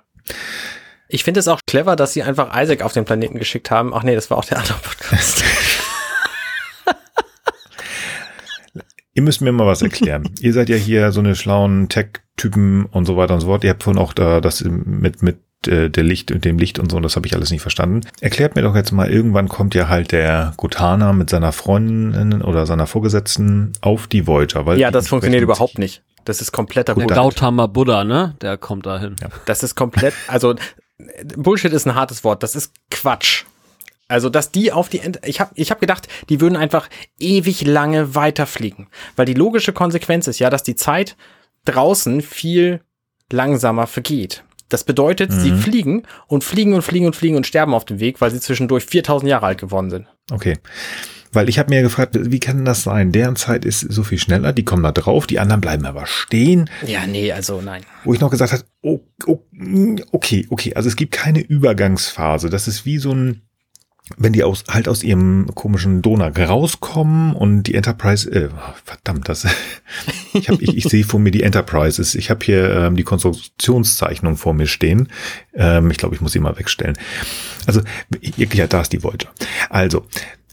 Ich finde es auch clever, dass sie einfach Isaac auf den Planeten geschickt haben. Ach nee, das war auch der andere Podcast. Ihr müsst mir mal was erklären. Ihr seid ja hier so eine schlauen Tech-Typen und so weiter und so fort. Ihr habt vorhin auch da das mit mit äh, der Licht und dem Licht und so, und das habe ich alles nicht verstanden. Erklärt mir doch jetzt mal, irgendwann kommt ja halt der Gotana mit seiner Freundin oder seiner Vorgesetzten auf die Voyager. Weil ja, das funktioniert überhaupt nicht. Das ist kompletter Bullshit. Gautama Buddha, ne? Der kommt da hin. Ja. Das ist komplett, also Bullshit ist ein hartes Wort. Das ist Quatsch. Also, dass die auf die, Ent- ich habe ich hab gedacht, die würden einfach ewig lange weiterfliegen. Weil die logische Konsequenz ist ja, dass die Zeit draußen viel langsamer vergeht. Das bedeutet, mhm. sie fliegen und fliegen und fliegen und fliegen und sterben auf dem Weg, weil sie zwischendurch viertausend Jahre alt geworden sind. Okay. Weil ich habe mir gefragt, wie kann das sein? Deren Zeit ist so viel schneller, die kommen da drauf, die anderen bleiben aber stehen. Ja, nee, also nein. Wo ich noch gesagt habe, oh, oh, okay, okay, also es gibt keine Übergangsphase. Das ist wie so ein, wenn die aus halt aus ihrem komischen Donut rauskommen und die Enterprise, äh, verdammt, das, ich habe, ich, ich sehe vor mir die Enterprises. Ich habe hier ähm, die Konstruktionszeichnung vor mir stehen. Ähm, ich glaube, ich muss sie mal wegstellen. Also, ja, da ist die Voyager. Also,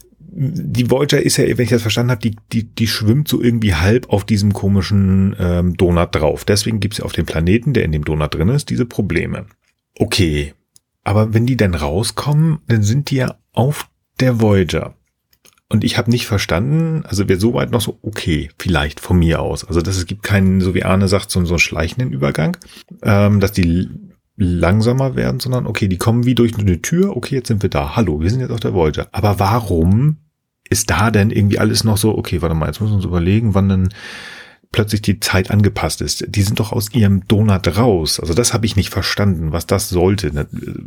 die Voyager ist ja, wenn ich das verstanden habe, die, die, die schwimmt so irgendwie halb auf diesem komischen ähm, Donut drauf. Deswegen gibt es ja auf dem Planeten, der in dem Donut drin ist, diese Probleme. Okay. Aber wenn die dann rauskommen, dann sind die ja auf der Voyager. Und ich habe nicht verstanden, also wäre soweit noch so, okay, vielleicht von mir aus. Also dass es gibt keinen, so wie Arne sagt, so, so einen schleichenden Übergang, ähm, dass die langsamer werden, sondern okay, die kommen wie durch eine Tür, okay, jetzt sind wir da, hallo, wir sind jetzt auf der Voyager. Aber warum ist da denn irgendwie alles noch so, okay, warte mal, jetzt müssen wir uns überlegen, wann denn plötzlich die Zeit angepasst ist. Die sind doch aus ihrem Donut raus. Also das habe ich nicht verstanden, was das sollte.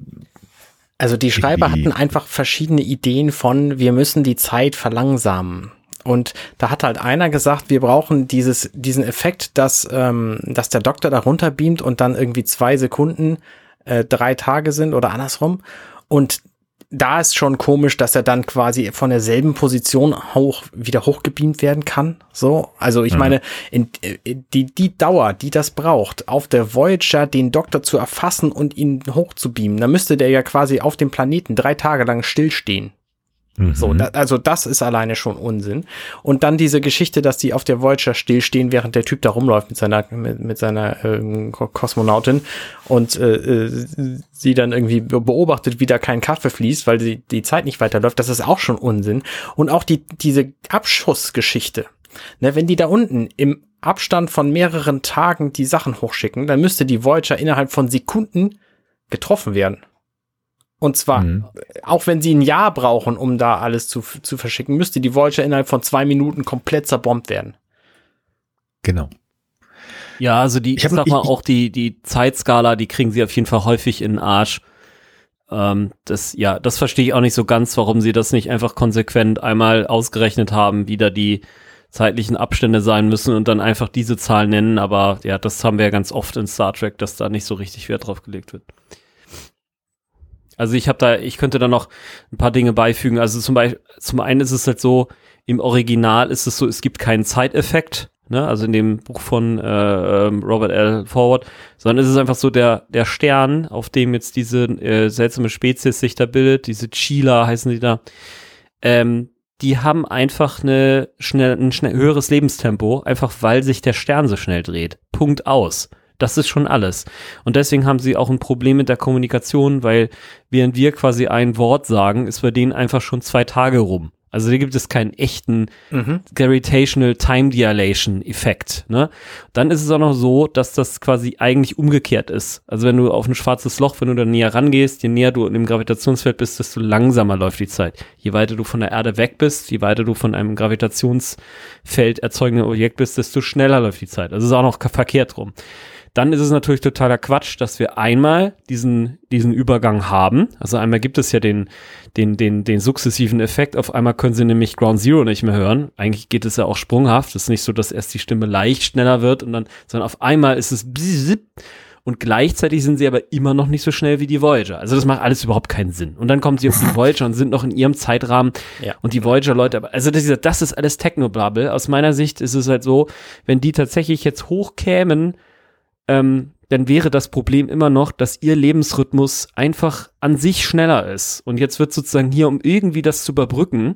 Also die Schreiber hatten einfach verschiedene Ideen von, wir müssen die Zeit verlangsamen. Und da hat halt einer gesagt, wir brauchen dieses diesen Effekt, dass ähm, dass der Doktor da runterbeamt und dann irgendwie zwei Sekunden äh, drei Tage sind oder andersrum. Und da ist schon komisch, dass er dann quasi von derselben Position hoch, wieder hochgebeamt werden kann. So, also ich mhm. meine, in, in die, die Dauer, die das braucht, auf der Voyager den Doktor zu erfassen und ihn hochzubeamen, dann müsste der ja quasi auf dem Planeten drei Tage lang stillstehen. Mhm. So, da, also das ist alleine schon Unsinn. Und dann diese Geschichte, dass die auf der Voyager stillstehen, während der Typ da rumläuft mit seiner mit, mit seiner ähm, Kosmonautin und äh, sie dann irgendwie beobachtet, wie da kein Kaffee fließt, weil die, die Zeit nicht weiterläuft. Das ist auch schon Unsinn. Und auch die diese Abschussgeschichte. Ne, wenn die da unten im Abstand von mehreren Tagen die Sachen hochschicken, dann müsste die Voyager innerhalb von Sekunden getroffen werden. Und zwar, mhm. auch wenn sie ein Jahr brauchen, um da alles zu, zu verschicken, müsste die Voyager innerhalb von zwei Minuten komplett zerbombt werden. Genau. Ja, also die, ich, ich sag mal, ich, auch die, die Zeitskala, die kriegen sie auf jeden Fall häufig in den Arsch. Ähm, das, ja, das verstehe ich auch nicht so ganz, warum sie das nicht einfach konsequent einmal ausgerechnet haben, wie da die zeitlichen Abstände sein müssen und dann einfach diese Zahl nennen. Aber ja, das haben wir ja ganz oft in Star Trek, dass da nicht so richtig Wert drauf gelegt wird. Also ich habe da, ich könnte da noch ein paar Dinge beifügen. Also zum Beispiel, zum einen ist es halt so, im Original ist es so, es gibt keinen Zeiteffekt, ne? Also in dem Buch von äh, Robert L. Forward, sondern es ist einfach so, der der Stern, auf dem jetzt diese äh, seltsame Spezies sich da bildet, diese Chila heißen die da, ähm, die haben einfach eine schnell, ein schnell höheres Lebenstempo, einfach weil sich der Stern so schnell dreht. Punkt aus. Das ist schon alles. Und deswegen haben sie auch ein Problem mit der Kommunikation, weil während wir quasi ein Wort sagen, ist bei denen einfach schon zwei Tage rum. Also hier gibt es keinen echten mhm. Gravitational Time Dilation Effekt. Ne? Dann ist es auch noch so, dass das quasi eigentlich umgekehrt ist. Also wenn du auf ein schwarzes Loch, wenn du da näher rangehst, je näher du in dem Gravitationsfeld bist, desto langsamer läuft die Zeit. Je weiter du von der Erde weg bist, je weiter du von einem Gravitationsfeld erzeugenden Objekt bist, desto schneller läuft die Zeit. Also ist auch noch verkehrt rum. Dann ist es natürlich totaler Quatsch, dass wir einmal diesen diesen Übergang haben. Also einmal gibt es ja den den den den sukzessiven Effekt. Auf einmal können sie nämlich Ground Zero nicht mehr hören. Eigentlich geht es ja auch sprunghaft. Es ist nicht so, dass erst die Stimme leicht schneller wird und dann, sondern auf einmal ist es und gleichzeitig sind sie aber immer noch nicht so schnell wie die Voyager. Also das macht alles überhaupt keinen Sinn. Und dann kommen sie auf die Voyager und sind noch in ihrem Zeitrahmen. Ja. Und die Voyager-Leute, also das ist, das ist alles Technobubble. Aus meiner Sicht ist es halt so, wenn die tatsächlich jetzt hochkämen, Ähm, dann wäre das Problem immer noch, dass ihr Lebensrhythmus einfach an sich schneller ist. Und jetzt wird sozusagen hier, um irgendwie das zu überbrücken,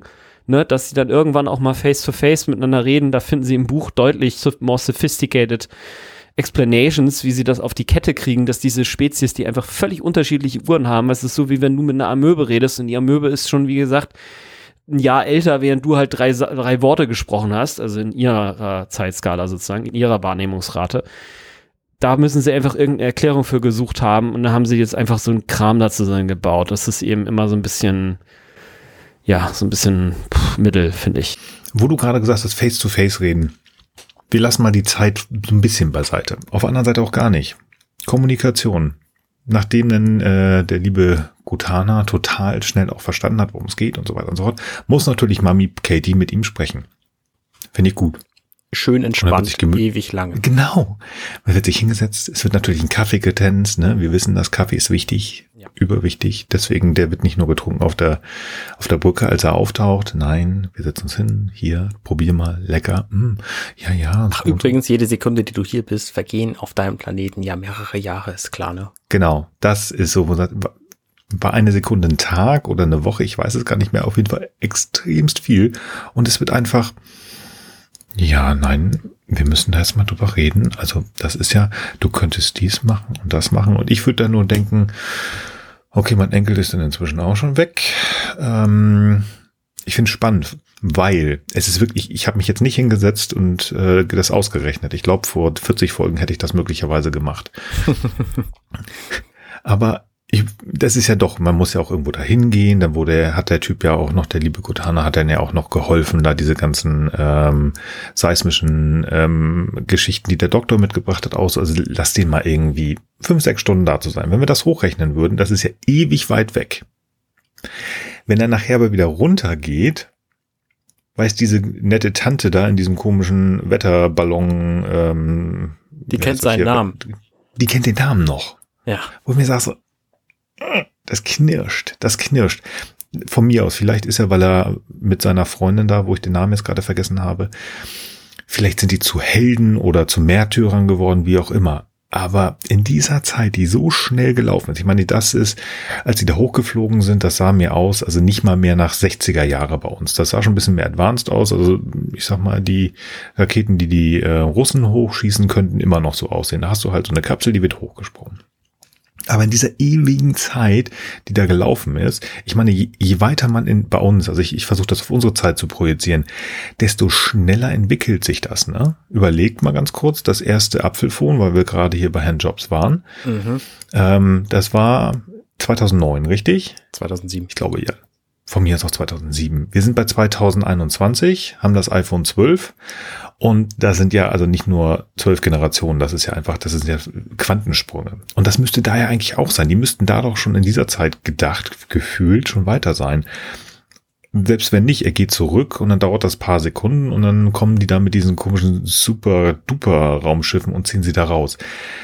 ne, dass sie dann irgendwann auch mal face-to-face miteinander reden. Da finden sie im Buch deutlich more sophisticated Explanations, wie sie das auf die Kette kriegen, dass diese Spezies, die einfach völlig unterschiedliche Uhren haben, es ist so, wie wenn du mit einer Amöbe redest und die Amöbe ist schon, wie gesagt, ein Jahr älter, während du halt drei, drei Worte gesprochen hast, also in ihrer Zeitskala sozusagen, in ihrer Wahrnehmungsrate. Da müssen sie einfach irgendeine Erklärung für gesucht haben und da haben sie jetzt einfach so einen Kram da zusammengebaut. Das ist eben immer so ein bisschen, ja, so ein bisschen pff, Mittel, finde ich. Wo du gerade gesagt hast, Face-to-Face reden. Wir lassen mal die Zeit so ein bisschen beiseite. Auf der anderen Seite auch gar nicht. Kommunikation. Nachdem dann äh, der liebe Gutana total schnell auch verstanden hat, worum es geht und so weiter und so fort, muss natürlich Mami Katie mit ihm sprechen. Finde ich gut. Schön entspannt, ewig lange. Genau. Man wird sich hingesetzt, es wird natürlich ein Kaffee getänzt, ne? Wir wissen, das Kaffee ist wichtig, ja. Überwichtig. Deswegen, der wird nicht nur getrunken auf der, auf der Brücke, als er auftaucht. Nein, wir setzen uns hin, hier, probier mal, lecker. Mm, ja, ja. Ach, übrigens, jede Sekunde, die du hier bist, vergehen auf deinem Planeten ja mehrere Jahre, ist klar, ne? Genau. Das ist so, war eine Sekunde ein Tag oder eine Woche, ich weiß es gar nicht mehr, auf jeden Fall extremst viel. Und es wird einfach, ja, nein, wir müssen da jetzt mal drüber reden. Also das ist ja, du könntest dies machen und das machen. Und ich würde da nur denken, okay, mein Enkel ist dann inzwischen auch schon weg. Ähm, ich finde es spannend, weil es ist wirklich, ich habe mich jetzt nicht hingesetzt und äh, das ausgerechnet. Ich glaube, vor vierzig Folgen hätte ich das möglicherweise gemacht. Aber Ich, das ist ja doch, man muss ja auch irgendwo dahin gehen, dann wurde, hat der Typ ja auch noch, der liebe Gutana, hat dann ja auch noch geholfen, da diese ganzen ähm, seismischen ähm, Geschichten, die der Doktor mitgebracht hat, aus. Also lass den mal irgendwie fünf, sechs Stunden da zu sein. Wenn wir das hochrechnen würden, das ist ja ewig weit weg. Wenn er nachher aber wieder runtergeht, weiß diese nette Tante da in diesem komischen Wetterballon, ähm, die kennt seinen Namen. Die kennt den Namen noch. Ja. Wo ich mir sag so, das knirscht, das knirscht. Von mir aus, vielleicht ist er, weil er mit seiner Freundin da, wo ich den Namen jetzt gerade vergessen habe, vielleicht sind die zu Helden oder zu Märtyrern geworden, wie auch immer. Aber in dieser Zeit, die so schnell gelaufen ist, ich meine, das ist, als sie da hochgeflogen sind, das sah mir aus, also nicht mal mehr nach sechziger Jahre bei uns. Das sah schon ein bisschen mehr advanced aus. Also ich sag mal, die Raketen, die die äh, Russen hochschießen, könnten immer noch so aussehen. Da hast du halt so eine Kapsel, die wird hochgesprungen. Aber in dieser ewigen Zeit, die da gelaufen ist, ich meine, je, je weiter man in, bei uns, also ich, ich versuche das auf unsere Zeit zu projizieren, desto schneller entwickelt sich das, ne? Überlegt mal ganz kurz, das erste Apfelfon, weil wir gerade hier bei Herrn Jobs waren, mhm. ähm, das war zweitausendneun, richtig? zweitausendsieben. Ich glaube, ja. Von mir ist auch zweitausendsieben. Wir sind bei zweitausendeinundzwanzig, haben das iPhone zwölf und da sind ja also nicht nur zwölf Generationen, das ist ja einfach, das sind ja Quantensprünge. Und das müsste da ja eigentlich auch sein. Die müssten da doch schon in dieser Zeit gedacht, gefühlt schon weiter sein. Selbst wenn nicht, er geht zurück und dann dauert das paar Sekunden und dann kommen die da mit diesen komischen super-duper-Raumschiffen und ziehen sie da raus.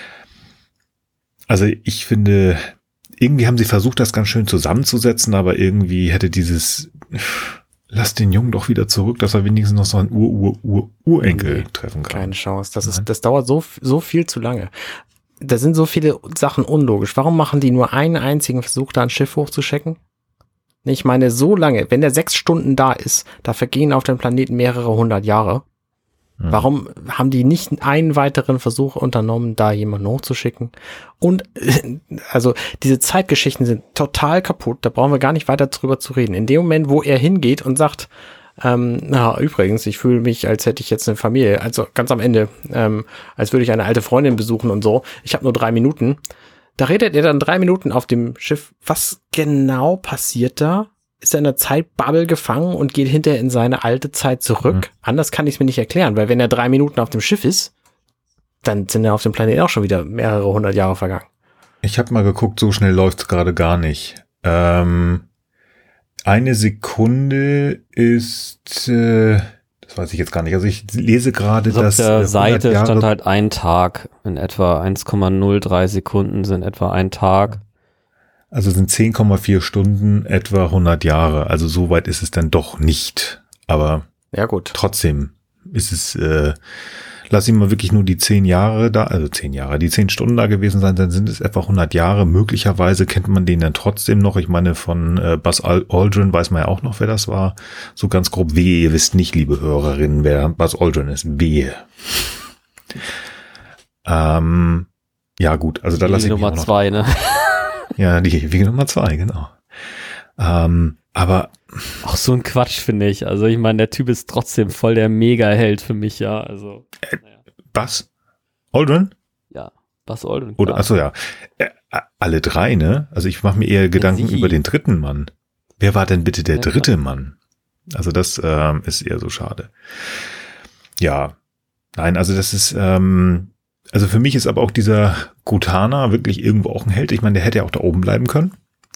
Also ich finde, irgendwie haben sie versucht, das ganz schön zusammenzusetzen, aber irgendwie hätte dieses, lass den Jungen doch wieder zurück, dass er wenigstens noch so einen Ur-Ur-Ur-Urenkel nee, treffen kann. Keine Chance. Das ist, das dauert so, so viel zu lange. Da sind so viele Sachen unlogisch. Warum machen die nur einen einzigen Versuch, da ein Schiff hochzuschicken? Ich meine, so lange, wenn der sechs Stunden da ist, da vergehen auf dem Planeten mehrere hundert Jahre. Hm. Warum haben die nicht einen weiteren Versuch unternommen, da jemanden hochzuschicken? Und also diese Zeitgeschichten sind total kaputt, da brauchen wir gar nicht weiter drüber zu reden. In dem Moment, wo er hingeht und sagt, ähm, na übrigens, ich fühle mich, als hätte ich jetzt eine Familie, also ganz am Ende, ähm, als würde ich eine alte Freundin besuchen und so, ich habe nur drei Minuten, da redet er dann drei Minuten auf dem Schiff. Was genau passiert da? Ist er in der Zeitbubble gefangen und geht hinterher in seine alte Zeit zurück? Mhm. Anders kann ich es mir nicht erklären, weil wenn er drei Minuten auf dem Schiff ist, dann sind ja auf dem Planeten auch schon wieder mehrere hundert Jahre vergangen. Ich habe mal geguckt, so schnell läuft es gerade gar nicht. Ähm, eine Sekunde ist, äh, das weiß ich jetzt gar nicht. Also ich lese gerade, also dass auf der Seite Jahre stand halt ein Tag in etwa eins Komma null drei Sekunden sind etwa ein Tag. Also sind zehn Komma vier Stunden etwa hundert Jahre. Also so weit ist es dann doch nicht. Aber ja, gut. Trotzdem ist es äh, lass ihn mal wirklich nur die zehn Jahre da, also zehn Jahre, die zehn Stunden da gewesen sein, dann sind es etwa hundert Jahre. Möglicherweise kennt man den dann trotzdem noch. Ich meine, von äh, Buzz Aldrin weiß man ja auch noch, wer das war. So ganz grob, wehe, ihr wisst nicht, liebe Hörerinnen, wer Buzz Aldrin ist. Wehe. ähm, ja gut, also da lasse ich mich Nummer zwei, ne? Ja, die ewige Nummer zwei, genau. Ähm, aber auch so ein Quatsch, finde ich. Also ich meine, der Typ ist trotzdem voll der Mega-Held für mich, ja. Also äh, Buzz Aldrin? Ja, Buzz Aldrin. Oder, achso, ja. Äh, alle drei, ne? Also ich mache mir eher Gedanken ja, über den dritten Mann. Wer war denn bitte der ja, dritte klar. Mann? Also das ähm, ist eher so schade. Ja, nein, also das ist, ähm, also für mich ist aber auch dieser Cortana wirklich irgendwo auch ein Held. Ich meine, der hätte ja auch da oben bleiben können.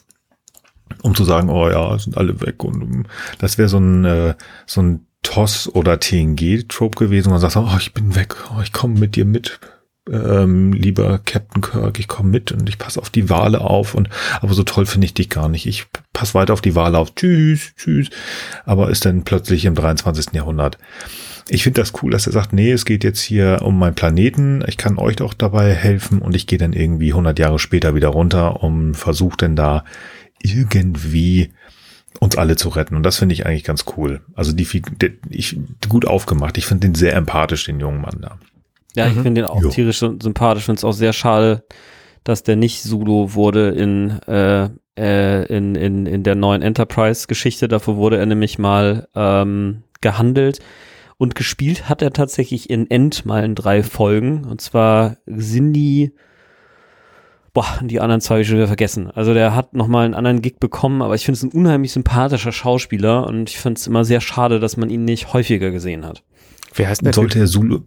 Um zu sagen, oh ja, sind alle weg und um, das wäre so ein äh, so ein T O S oder T N G-Trope gewesen, wo man sagt, oh, ich bin weg, oh, ich komme mit dir mit, ähm, lieber Captain Kirk, ich komme mit und ich passe auf die Wale auf und aber so toll finde ich dich gar nicht. Ich passe weiter auf die Wale auf, tschüss, tschüss, aber ist dann plötzlich im dreiundzwanzigsten Jahrhundert. Ich finde das cool, dass er sagt, nee, es geht jetzt hier um meinen Planeten, ich kann euch doch dabei helfen und ich gehe dann irgendwie hundert Jahre später wieder runter und versuche dann da irgendwie uns alle zu retten. Und das finde ich eigentlich ganz cool. Also die, die ich gut aufgemacht. Ich finde den sehr empathisch, den jungen Mann da. Ja, ich mhm. finde den auch jo. tierisch sympathisch. Ich finde es auch sehr schade, dass der nicht Sulu wurde in, äh, äh, in, in, in der neuen Enterprise-Geschichte. Dafür wurde er nämlich mal ähm, gehandelt. Und gespielt hat er tatsächlich in End mal in drei Folgen. Und zwar Cindy. Boah, die anderen zwei habe ich schon wieder vergessen. Also der hat nochmal einen anderen Gig bekommen, aber ich finde es ein unheimlich sympathischer Schauspieler und ich finde es immer sehr schade, dass man ihn nicht häufiger gesehen hat. Wer heißt der? Sollte er Sulu?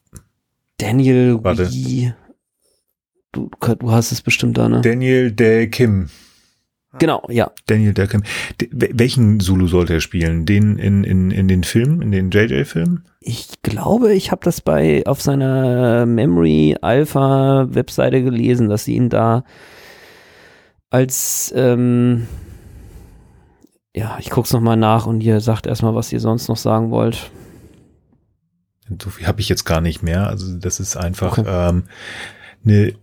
Daniel Wee. Du, du hast es bestimmt da, ne? Daniel Dae Kim. Genau, ja. Daniel Dae Kim. De, welchen Sulu sollte er spielen? Den in, in, in den Filmen, in den J J-Filmen? Ich glaube, ich habe das bei auf seiner Memory Alpha Webseite gelesen, dass sie ihn da als ähm, ja, ich guck's nochmal nach und ihr sagt erstmal, was ihr sonst noch sagen wollt. So viel habe ich jetzt gar nicht mehr. Also das ist einfach okay. ähm, eine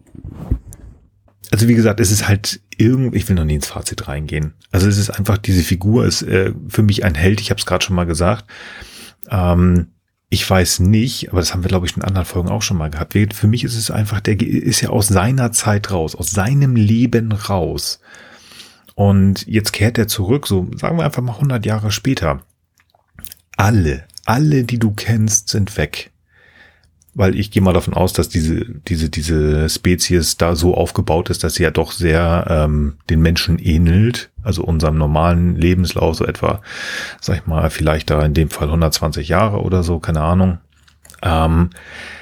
Also wie gesagt, es ist halt irgendwie, ich will noch nie ins Fazit reingehen. Also es ist einfach, diese Figur ist äh, für mich ein Held, ich habe es gerade schon mal gesagt. Ähm, ich weiß nicht, aber das haben wir, glaube ich, in anderen Folgen auch schon mal gehabt. Für mich ist es einfach, der ist ja aus seiner Zeit raus, aus seinem Leben raus. Und jetzt kehrt er zurück, so sagen wir einfach mal hundert Jahre später. Alle, alle, die du kennst, sind weg. Weil ich gehe mal davon aus, dass diese diese diese Spezies da so aufgebaut ist, dass sie ja doch sehr ähm, den Menschen ähnelt, also unserem normalen Lebenslauf, so etwa, sag ich mal, vielleicht da in dem Fall hundertzwanzig Jahre oder so, keine Ahnung. Ähm,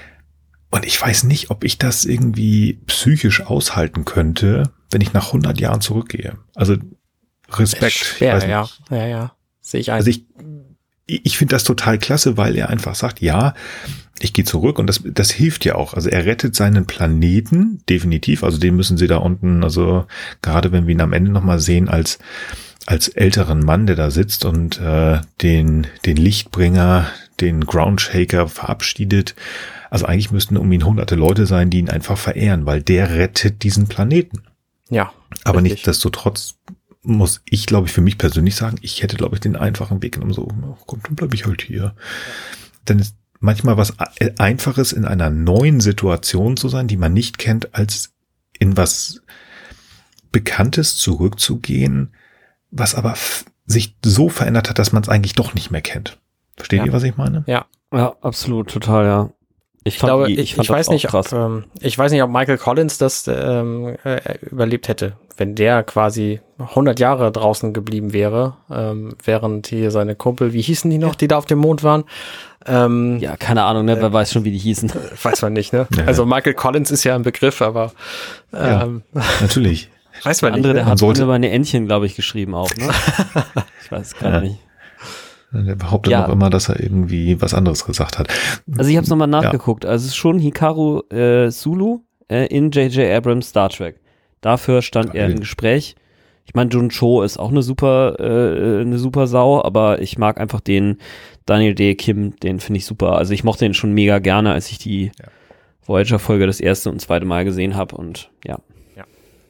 und ich weiß nicht, ob ich das irgendwie psychisch aushalten könnte, wenn ich nach hundert Jahren zurückgehe. Also Respekt. Schwer, ja, ja, ja, sehe ich ein. Also ich ich finde das total klasse, weil er einfach sagt, ja, ich gehe zurück und das das hilft ja auch. Also er rettet seinen Planeten, definitiv. Also den müssen sie da unten, also gerade wenn wir ihn am Ende nochmal sehen als als älteren Mann, der da sitzt und äh, den den Lichtbringer, den Groundshaker verabschiedet. Also eigentlich müssten um ihn hunderte Leute sein, die ihn einfach verehren, weil der rettet diesen Planeten. Ja. Aber nichtsdestotrotz muss ich, glaube ich, für mich persönlich sagen, ich hätte, glaube ich, den einfachen Weg genommen, so, oh, komm, dann bleibe ich halt hier. Ja. Denn es manchmal was Einfaches in einer neuen Situation zu sein, die man nicht kennt, als in was Bekanntes zurückzugehen, was aber f- sich so verändert hat, dass man es eigentlich doch nicht mehr kennt. Versteht ja. ihr, was ich meine? Ja, ja, absolut, total, ja. Ich, ich glaube, die, ich, ich, ich weiß nicht, ob, ähm, ich weiß nicht, ob Michael Collins das ähm, äh, überlebt hätte, wenn der quasi hundert Jahre draußen geblieben wäre, ähm, während hier seine Kumpel, wie hießen die noch, die da auf dem Mond waren? Ähm, ja, keine Ahnung, ne? Wer äh, weiß schon, wie die hießen. Weiß man nicht, ne? Ja, also Michael Collins ist ja ein Begriff, aber ähm, ja, natürlich. Weiß man der andere, nicht. Der ne? hat sollte über eine Entchen, glaube ich, geschrieben auch, ne? Ich weiß es gar ja. nicht. Der behauptet ja. auch immer, dass er irgendwie was anderes gesagt hat. Also ich habe es nochmal nachgeguckt. Ja. Also es ist schon Hikaru äh, Sulu äh, in J J Abrams Star Trek. Dafür stand Geil. er im Gespräch. Ich meine, Jun Cho ist auch eine super, äh, eine super Sau, aber ich mag einfach den Daniel Dae Kim, den finde ich super. Also ich mochte den schon mega gerne, als ich die ja. Voyager-Folge das erste und zweite Mal gesehen habe und ja. Ja,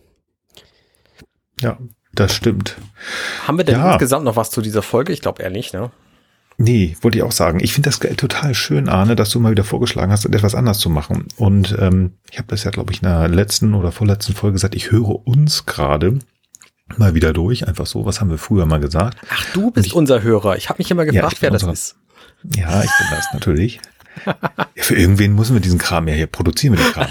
ja das stimmt. Haben wir denn ja. insgesamt noch was zu dieser Folge? Ich glaube eher nicht, ne? Nee, wollte ich auch sagen. Ich finde das total schön, Arne, dass du mal wieder vorgeschlagen hast, etwas anders zu machen. Und ähm, ich habe das ja, glaube ich, in der letzten oder vorletzten Folge gesagt, ich höre uns gerade mal wieder durch. Einfach so, was haben wir früher mal gesagt? Ach, du bist ich, unser Hörer. Ich habe mich immer gefragt, ja, wer das unser, ist. Ja, ich bin das natürlich. Ja, für irgendwen müssen wir diesen Kram ja hier produzieren mit dem Kram.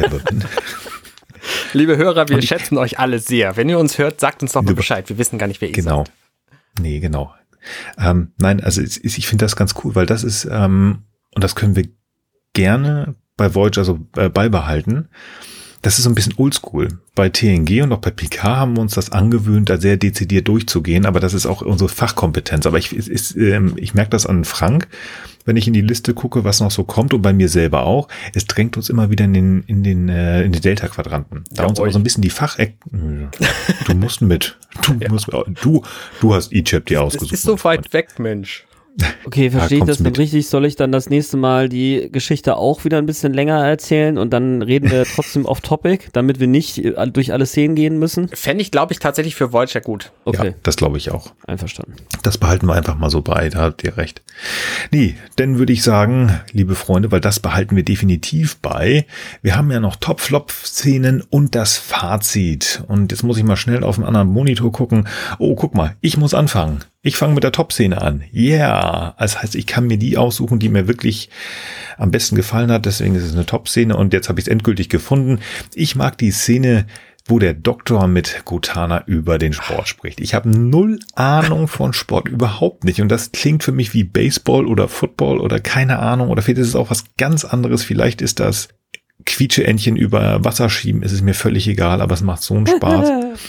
Liebe Hörer, wir ich, schätzen euch alle sehr. Wenn ihr uns hört, sagt uns doch mal Bescheid. Wir wissen gar nicht, wer ihr genau. seid. Nee, genau. Ähm, nein, also ich, ich finde das ganz cool, weil das ist, ähm, und das können wir gerne bei Voyager so äh, beibehalten. Das ist so ein bisschen oldschool. Bei T N G und auch bei Picard haben wir uns das angewöhnt, da sehr dezidiert durchzugehen, aber das ist auch unsere Fachkompetenz. Aber ich, ich, ähm, ich merke das an Frank, wenn ich in die Liste gucke, was noch so kommt und bei mir selber auch. Es drängt uns immer wieder in den, in den, äh, in die Delta-Quadranten. Da ja, uns aber so ein bisschen die Fach-Eck, du musst mit. Du ja. musst, du, du hast E-Chap dir ausgesucht. Das ist so weit weg, Mensch. Okay, verstehe ich das denn richtig? Soll ich dann das nächste Mal die Geschichte auch wieder ein bisschen länger erzählen und dann reden wir trotzdem off-topic, damit wir nicht durch alle Szenen gehen müssen? Fände ich, glaube ich, tatsächlich für Voyager gut. Okay. Ja, das glaube ich auch. Einverstanden. Das behalten wir einfach mal so bei, da habt ihr recht. Nee, dann würde ich sagen, liebe Freunde, weil das behalten wir definitiv bei. Wir haben ja noch Top-Flop-Szenen und das Fazit. Und jetzt muss ich mal schnell auf einen anderen Monitor gucken. Oh, guck mal, ich muss anfangen. Ich fange mit der Top-Szene an. Yeah. Das heißt, ich kann mir die aussuchen, die mir wirklich am besten gefallen hat. Deswegen ist es eine Top-Szene und jetzt habe ich es endgültig gefunden. Ich mag die Szene, wo der Doktor mit Gutana über den Sport spricht. Ich habe null Ahnung von Sport, überhaupt nicht. Und das klingt für mich wie Baseball oder Football oder keine Ahnung. Oder vielleicht ist es auch was ganz anderes. Vielleicht ist das Quietscheentchen über Wasser schieben. Es ist mir völlig egal, aber es macht so einen Spaß.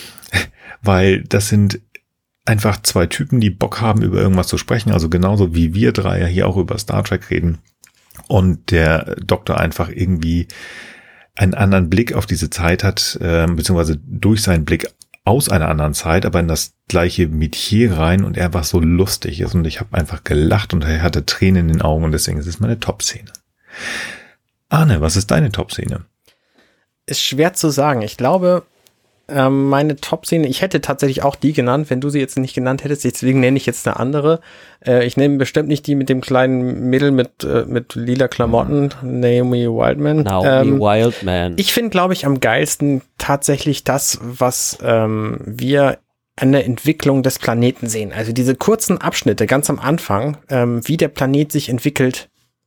Weil das sind einfach zwei Typen, die Bock haben, über irgendwas zu sprechen. Also genauso wie wir drei ja hier auch über Star Trek reden. Und der Doktor einfach irgendwie einen anderen Blick auf diese Zeit hat, äh, beziehungsweise durch seinen Blick aus einer anderen Zeit, aber in das gleiche Metier rein und er einfach so lustig ist. Und ich habe einfach gelacht und er hatte Tränen in den Augen und deswegen ist es meine Top-Szene. Arne, was ist deine Top-Szene? Ist schwer zu sagen. Ich glaube, meine Top-Szene, ich hätte tatsächlich auch die genannt, wenn du sie jetzt nicht genannt hättest, deswegen nenne ich jetzt eine andere. Äh, ich nehme bestimmt nicht die mit dem kleinen Mädel mit, äh, mit lila Klamotten, Naomi Wildman. Naomi ähm, Wildman. Ich finde, glaube ich, am geilsten tatsächlich das, was ähm, wir an der Entwicklung des Planeten sehen. Also diese kurzen Abschnitte ganz am Anfang, ähm, wie der Planet sich entwickelt,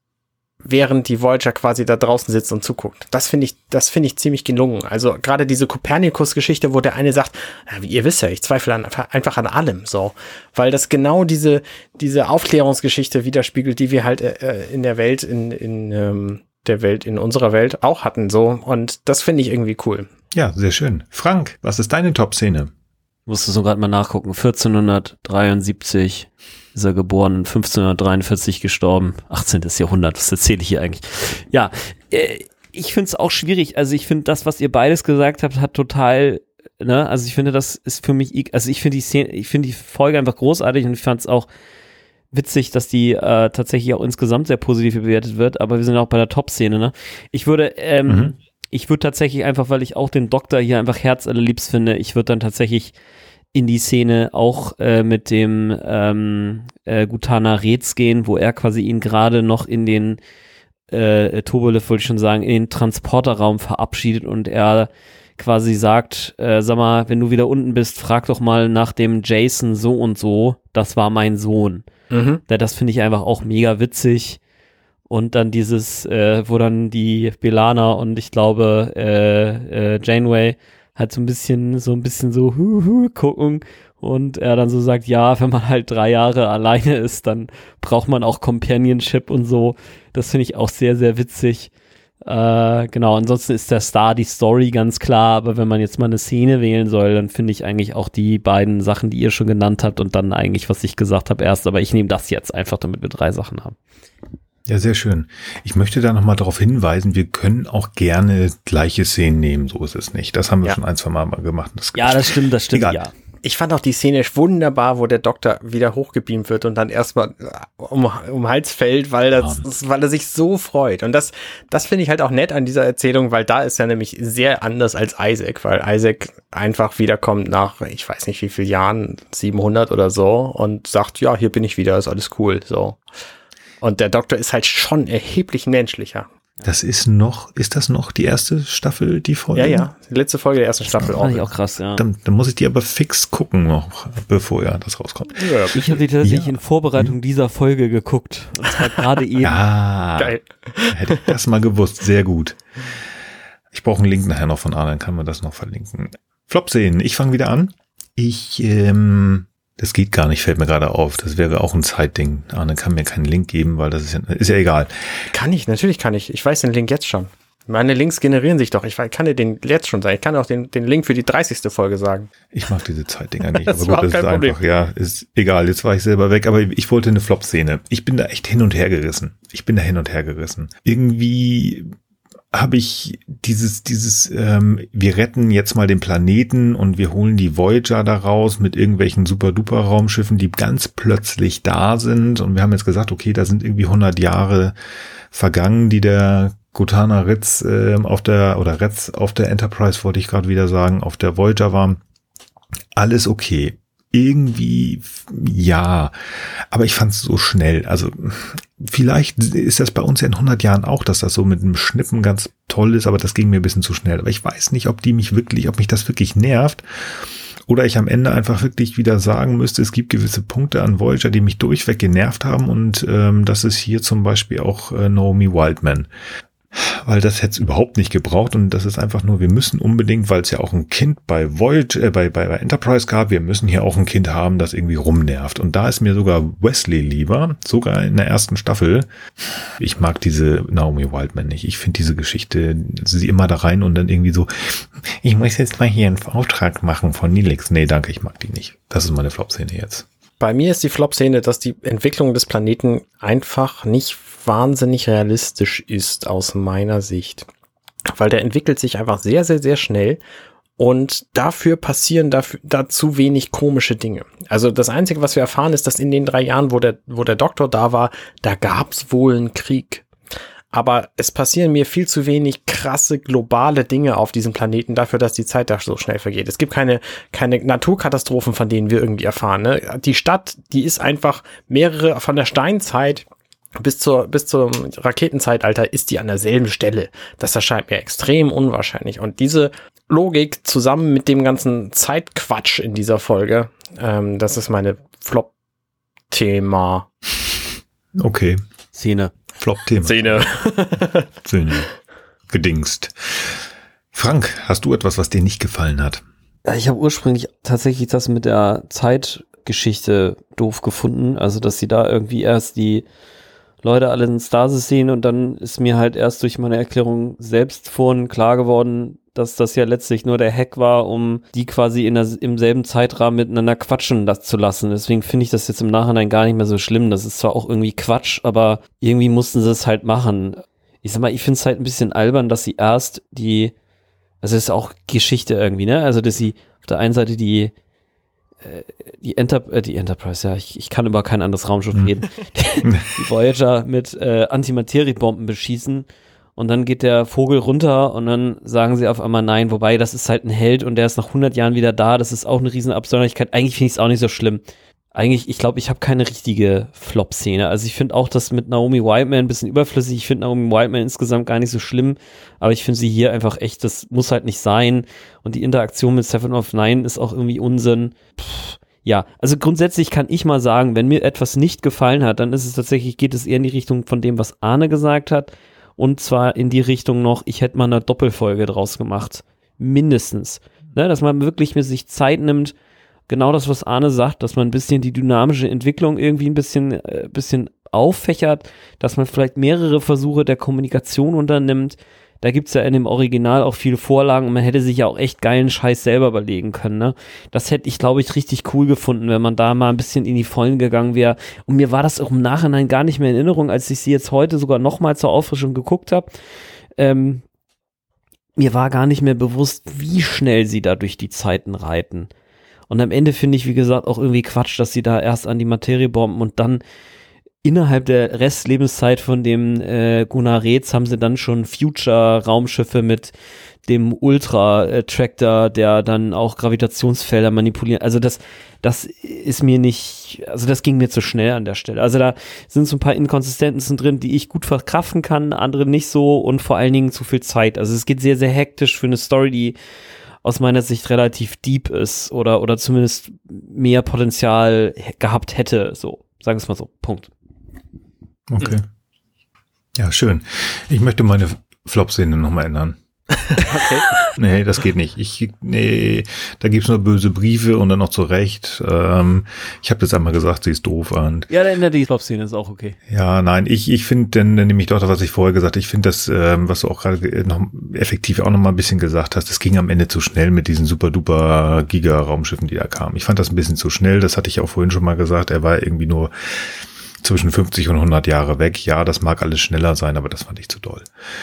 während die Voyager quasi da draußen sitzt und zuguckt. Das finde ich, das finde ich ziemlich gelungen. Also gerade diese Kopernikus-Geschichte, wo der eine sagt, ja, wie ihr wisst ja, ich zweifle an, einfach an allem, so. Weil das genau diese, diese Aufklärungsgeschichte widerspiegelt, die wir halt äh, in der Welt, in, in ähm, der Welt, in unserer Welt auch hatten, so. Und das finde ich irgendwie cool. Ja, sehr schön. Frank, was ist deine Top-Szene? Musst du so gerade mal nachgucken. vierzehnhundertdreiundsiebzig ist er geboren, fünfzehnhundertdreiundvierzig gestorben, achtzehntes Jahrhundert, was erzähle ich hier eigentlich? Ja, äh, ich finde es auch schwierig, also ich finde das, was ihr beides gesagt habt, hat total, ne, also ich finde, das ist für mich, also ich finde die Szene, ich finde die Folge einfach großartig und ich fand es auch witzig, dass die äh, tatsächlich auch insgesamt sehr positiv bewertet wird, aber wir sind auch bei der Top-Szene, ne? Ich würde, ähm, mhm. ich würde tatsächlich einfach, weil ich auch den Doktor hier einfach herzallerliebst finde, ich würde dann tatsächlich in die Szene auch äh, mit dem ähm, äh, Gutana Rez gehen, wo er quasi ihn gerade noch in den äh, Turbolift, wollte ich schon sagen, in den Transporterraum verabschiedet und er quasi sagt, äh, sag mal, wenn du wieder unten bist, frag doch mal nach dem Jason so und so, das war mein Sohn. Mhm. Ja, das finde ich einfach auch mega witzig. Und dann dieses, äh, wo dann die B'Elanna und ich glaube äh, äh, Janeway halt so ein bisschen, so ein bisschen so hu, hu, gucken und er dann so sagt, ja, wenn man halt drei Jahre alleine ist, dann braucht man auch Companionship und so. Das finde ich auch sehr, sehr witzig. Äh, genau, ansonsten ist der Star die Story ganz klar, aber wenn man jetzt mal eine Szene wählen soll, dann finde ich eigentlich auch die beiden Sachen, die ihr schon genannt habt und dann eigentlich, was ich gesagt habe erst, aber ich nehme das jetzt einfach, damit wir drei Sachen haben. Ja, sehr schön. Ich möchte da nochmal darauf hinweisen, wir können auch gerne gleiche Szenen nehmen, so ist es nicht. Das haben wir ja. schon ein, zwei Mal gemacht. Das ja, das stimmt, das stimmt, Egal. ja. Ich fand auch die Szene wunderbar, wo der Doktor wieder hochgebeamt wird und dann erstmal um, um den Hals fällt, weil, das, ja. weil er sich so freut. Und das, das finde ich halt auch nett an dieser Erzählung, weil da ist er nämlich sehr anders als Isaac, weil Isaac einfach wiederkommt nach, ich weiß nicht wie viel Jahren, siebenhundert oder so und sagt, ja, hier bin ich wieder, ist alles cool, so. Und der Doktor ist halt schon erheblich menschlicher. Das ist noch, ist das noch die erste Staffel, die Folge? Ja, ja, die letzte Folge der ersten Staffel. Das fand ich auch krass, ja. Dann, dann muss ich die aber fix gucken noch, bevor ja das rauskommt. Ja, ich habe die tatsächlich ja. in Vorbereitung dieser Folge geguckt. Und zwar gerade eben. Ah, geil. Hätte ich das mal gewusst, sehr gut. Ich brauche einen Link nachher noch von Arne, dann kann man das noch verlinken. Flop-Szenen, ich fange wieder an. Ich, ähm... Das geht gar nicht, fällt mir gerade auf. Das wäre auch ein Zeitding. Arne kann mir keinen Link geben, weil das ist ja, ist ja egal. Kann ich, natürlich kann ich. Ich weiß den Link jetzt schon. Meine Links generieren sich doch. Ich kann dir den jetzt schon sagen. Ich kann auch den, den Link für die dreißigste Folge sagen. Ich mag diese Zeitdinger nicht. das aber gut, das ist Problem. Einfach, ja, ist egal. Jetzt war ich selber weg, aber ich wollte eine Flop-Szene. Ich bin da echt hin und her gerissen. Ich bin da hin und her gerissen. Irgendwie habe ich dieses, dieses, ähm, wir retten jetzt mal den Planeten und wir holen die Voyager da raus mit irgendwelchen super-duper-Raumschiffen, die ganz plötzlich da sind. Und wir haben jetzt gesagt, okay, da sind irgendwie hundert Jahre vergangen, die der Gotana Ritz äh, auf der, oder Retz auf der Enterprise, wollte ich gerade wieder sagen, auf der Voyager war. Alles okay. Irgendwie, ja, aber ich fand es so schnell. Also vielleicht ist das bei uns ja in hundert Jahren auch, dass das so mit einem Schnippen ganz toll ist, aber das ging mir ein bisschen zu schnell. Aber ich weiß nicht, ob die mich wirklich, ob mich das wirklich nervt oder ich am Ende einfach wirklich wieder sagen müsste, es gibt gewisse Punkte an Voyager, die mich durchweg genervt haben und ähm, das ist hier zum Beispiel auch äh, Naomi Wildman. Weil das hätte es überhaupt nicht gebraucht und das ist einfach nur, wir müssen unbedingt, weil es ja auch ein Kind bei Voyager, äh, bei, bei, bei Enterprise gab, wir müssen hier auch ein Kind haben, das irgendwie rumnervt. Und da ist mir sogar Wesley lieber, sogar in der ersten Staffel. Ich mag diese Naomi Wildman nicht. Ich finde diese Geschichte, sie immer da rein und dann irgendwie so, ich muss jetzt mal hier einen Auftrag machen von Neelix. Nee, danke, ich mag die nicht. Das ist meine Flop-Szene jetzt. Bei mir ist die Flop-Szene, dass die Entwicklung des Planeten einfach nicht wahnsinnig realistisch ist aus meiner Sicht. Weil der entwickelt sich einfach sehr, sehr, sehr schnell und dafür passieren dafür, da zu wenig komische Dinge. Also das Einzige, was wir erfahren, ist, dass in den drei Jahren, wo der, wo der Doktor da war, da gab's wohl einen Krieg. Aber es passieren mir viel zu wenig krasse globale Dinge auf diesem Planeten dafür, dass die Zeit da so schnell vergeht. Es gibt keine, keine Naturkatastrophen, von denen wir irgendwie erfahren. Ne? Die Stadt, die ist einfach mehrere von der Steinzeit bis zur, bis zum Raketenzeitalter ist die an derselben Stelle. Das erscheint mir extrem unwahrscheinlich. Und diese Logik zusammen mit dem ganzen Zeitquatsch in dieser Folge, ähm, das ist meine Flop-Thema. Okay. Szene. Flop-Thema. Szene. Szene. Gedingst. Frank, hast du etwas, was dir nicht gefallen hat? Ich habe ursprünglich tatsächlich das mit der Zeitgeschichte doof gefunden. Also, dass sie da irgendwie erst die Leute alle in Stasis sehen und dann ist mir halt erst durch meine Erklärung selbst vorhin klar geworden, dass das ja letztlich nur der Hack war, um die quasi in der, im selben Zeitrahmen miteinander quatschen zu lassen. Deswegen finde ich das jetzt im Nachhinein gar nicht mehr so schlimm. Das ist zwar auch irgendwie Quatsch, aber irgendwie mussten sie es halt machen. Ich sag mal, ich finde es halt ein bisschen albern, dass sie erst die, also es ist auch Geschichte irgendwie, ne? Also, dass sie auf der einen Seite die Die, Enter äh, die Enterprise, ja, ich, ich kann über kein anderes Raumschiff reden, die Voyager mit äh, Antimateriebomben beschießen und dann geht der Vogel runter und dann sagen sie auf einmal nein, wobei das ist halt ein Held und der ist nach hundert Jahren wieder da, das ist auch eine riesen Absonderlichkeit. Eigentlich finde ich es auch nicht so schlimm. Eigentlich, ich glaube, ich habe keine richtige Flop-Szene. Also ich finde auch das mit Naomi Wildman ein bisschen überflüssig. Ich finde Naomi Wildman insgesamt gar nicht so schlimm, aber ich finde sie hier einfach echt, das muss halt nicht sein. Und die Interaktion mit Seven of Nine ist auch irgendwie Unsinn. Pff, ja, also grundsätzlich kann ich mal sagen, wenn mir etwas nicht gefallen hat, dann ist es tatsächlich, geht es eher in die Richtung von dem, was Arne gesagt hat. Und zwar in die Richtung noch, ich hätte mal eine Doppelfolge draus gemacht. Mindestens. Ne, dass man wirklich mit sich Zeit nimmt, genau das, was Arne sagt, dass man ein bisschen die dynamische Entwicklung irgendwie ein bisschen, äh, bisschen auffächert, dass man vielleicht mehrere Versuche der Kommunikation unternimmt, da gibt's ja in dem Original auch viele Vorlagen und man hätte sich ja auch echt geilen Scheiß selber überlegen können, ne? Das hätte ich, glaube ich, richtig cool gefunden, wenn man da mal ein bisschen in die Vollen gegangen wäre. Und mir war das auch im Nachhinein gar nicht mehr in Erinnerung, als ich sie jetzt heute sogar nochmal zur Auffrischung geguckt habe. Ähm, mir war gar nicht mehr bewusst, wie schnell sie da durch die Zeiten reiten. Und am Ende finde ich, wie gesagt, auch irgendwie Quatsch, dass sie da erst an die Materie bomben und dann innerhalb der Restlebenszeit von dem äh, Gunnar Reetz haben sie dann schon Future-Raumschiffe mit dem Ultra-Tractor, der dann auch Gravitationsfelder manipuliert. Also das, das ist mir nicht, also das ging mir zu schnell an der Stelle. Also da sind so ein paar Inkonsistenzen drin, die ich gut verkraften kann, andere nicht so und vor allen Dingen zu viel Zeit. Also es geht sehr, sehr hektisch für eine Story, die aus meiner Sicht relativ deep ist oder, oder zumindest mehr Potenzial gehabt hätte. So, sagen wir es mal so. Punkt. Okay. Ja, schön. Ich möchte meine Flop-Szene nochmal ändern. Okay. Nee, das geht nicht. Ich, nee, da gibt's nur böse Briefe und dann noch zurecht. Ähm, ich habe jetzt einmal gesagt, sie ist doof. Und ja, dann ändert die Flop-Szene, ist auch okay. Ja, nein, ich ich finde, dann nehme ich doch das, was ich vorher gesagt habe. Ich finde das, ähm, was du auch gerade noch effektiv auch noch mal ein bisschen gesagt hast, das ging am Ende zu schnell mit diesen super-duper Giga-Raumschiffen, die da kamen. Ich fand das ein bisschen zu schnell. Das hatte ich auch vorhin schon mal gesagt. Er war irgendwie nur zwischen fünfzig und hundert Jahre weg. Ja, das mag alles schneller sein, aber das fand ich zu doll.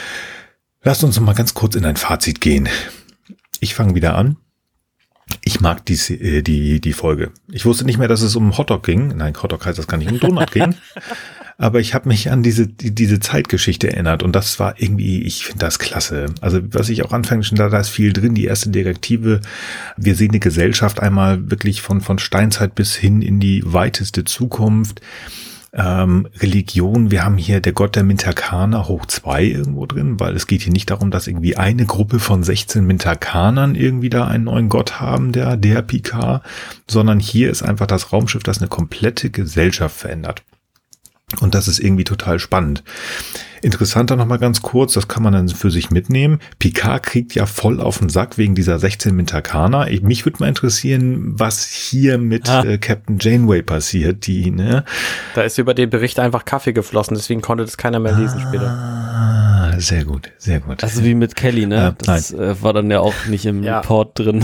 Lasst uns noch mal ganz kurz in ein Fazit gehen. Ich fange wieder an. Ich mag die, die, die Folge. Ich wusste nicht mehr, dass es um Hotdog ging. Nein, Hotdog heißt das gar nicht, um Donut ging. Aber ich habe mich an diese, die, diese Zeitgeschichte erinnert und das war irgendwie, ich finde das klasse. Also was ich auch anfangs schon da, da ist viel drin. Die erste Direktive, wir sehen eine Gesellschaft einmal wirklich von, von Steinzeit bis hin in die weiteste Zukunft. Ähm, Religion, wir haben hier der Gott der Minterkaner hoch zwei irgendwo drin, weil es geht hier nicht darum, dass irgendwie eine Gruppe von sechzehn Minterkanern irgendwie da einen neuen Gott haben, der, der Picard, sondern hier ist einfach das Raumschiff, das eine komplette Gesellschaft verändert. Und das ist irgendwie total spannend. Interessanter noch mal ganz kurz, das kann man dann für sich mitnehmen. Picard kriegt ja voll auf den Sack wegen dieser sechzehn Minterkaner. Ich, mich würde mal interessieren, was hier mit ah. äh, Captain Janeway passiert. Die, ne? Da ist über den Bericht einfach Kaffee geflossen, deswegen konnte das keiner mehr lesen ah, später. Sehr gut, sehr gut. Also wie mit Kelly, ne? Äh, das äh, war dann ja auch nicht im ja. Report drin.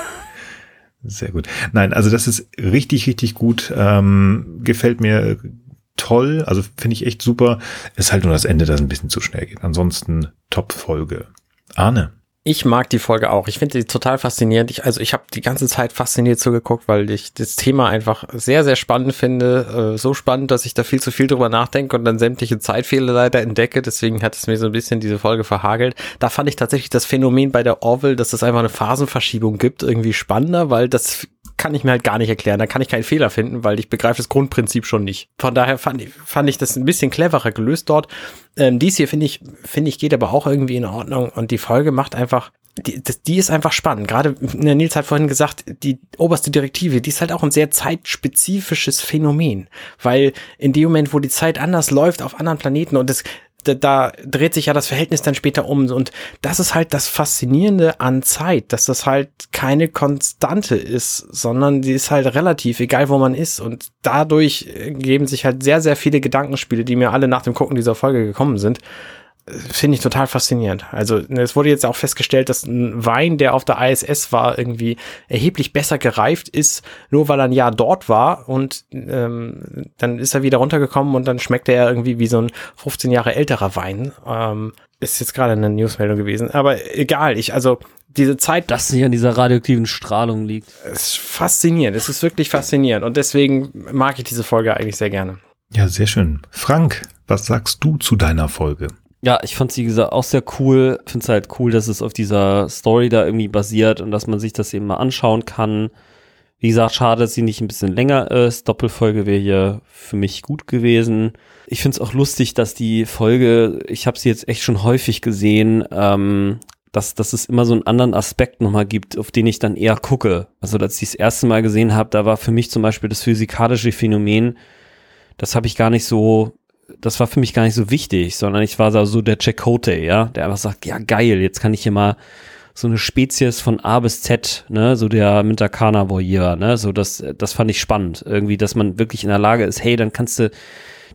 Sehr gut. Nein, also das ist richtig, richtig gut. Ähm, gefällt mir toll, also finde ich echt super. Ist halt nur das Ende, das ein bisschen zu schnell geht. Ansonsten Top-Folge. Arne? Ich mag die Folge auch. Ich finde sie total faszinierend. Ich, also ich habe die ganze Zeit fasziniert zugeguckt, weil ich das Thema einfach sehr, sehr spannend finde. Äh, so spannend, dass ich da viel zu viel drüber nachdenke und dann sämtliche Zeitfehler leider entdecke. Deswegen hat es mir so ein bisschen diese Folge verhagelt. Da fand ich tatsächlich das Phänomen bei der Orville, dass es einfach eine Phasenverschiebung gibt, irgendwie spannender, weil das kann ich mir halt gar nicht erklären. Da kann ich keinen Fehler finden, weil ich begreife das Grundprinzip schon nicht. Von daher fand ich, fand ich das ein bisschen cleverer gelöst dort. Ähm, dies hier finde ich, finde ich, geht aber auch irgendwie in Ordnung und die Folge macht einfach, die, das, die ist einfach spannend. Gerade, Nils hat vorhin gesagt, die oberste Direktive, die ist halt auch ein sehr zeitspezifisches Phänomen, weil in dem Moment, wo die Zeit anders läuft auf anderen Planeten und das Da, da dreht sich ja das Verhältnis dann später um und das ist halt das Faszinierende an Zeit, dass das halt keine Konstante ist, sondern die ist halt relativ, egal wo man ist und dadurch geben sich halt sehr, sehr viele Gedankenspiele, die mir alle nach dem Gucken dieser Folge gekommen sind. Finde ich total faszinierend. Also es wurde jetzt auch festgestellt, dass ein Wein, der auf der I S S war, irgendwie erheblich besser gereift ist, nur weil er ein Jahr dort war und ähm, dann ist er wieder runtergekommen und dann schmeckt er irgendwie wie so ein fünfzehn Jahre älterer Wein. Ähm, ist jetzt gerade eine Newsmeldung gewesen, aber egal, ich, also diese Zeit, dass sie an dieser radioaktiven Strahlung liegt. Ist faszinierend, es ist wirklich faszinierend und deswegen mag ich diese Folge eigentlich sehr gerne. Ja, sehr schön. Frank, was sagst du zu deiner Folge? Ja, ich fand sie, wie gesagt, auch sehr cool. Finde es halt cool, dass es auf dieser Story da irgendwie basiert und dass man sich das eben mal anschauen kann. Wie gesagt, schade, dass sie nicht ein bisschen länger ist. Doppelfolge wäre hier für mich gut gewesen. Ich finde es auch lustig, dass die Folge, ich habe sie jetzt echt schon häufig gesehen, ähm, dass, dass es immer so einen anderen Aspekt nochmal gibt, auf den ich dann eher gucke. Also als ich das erste Mal gesehen habe, da war für mich zum Beispiel das physikalische Phänomen, das habe ich gar nicht so das war für mich gar nicht so wichtig, sondern ich war so der Chakotay, ja, der einfach sagt, ja geil, jetzt kann ich hier mal so eine Spezies von A bis Z, ne, so der Minterkaner Voyeur, ne, so das, das fand ich spannend, irgendwie, dass man wirklich in der Lage ist, hey, dann kannst du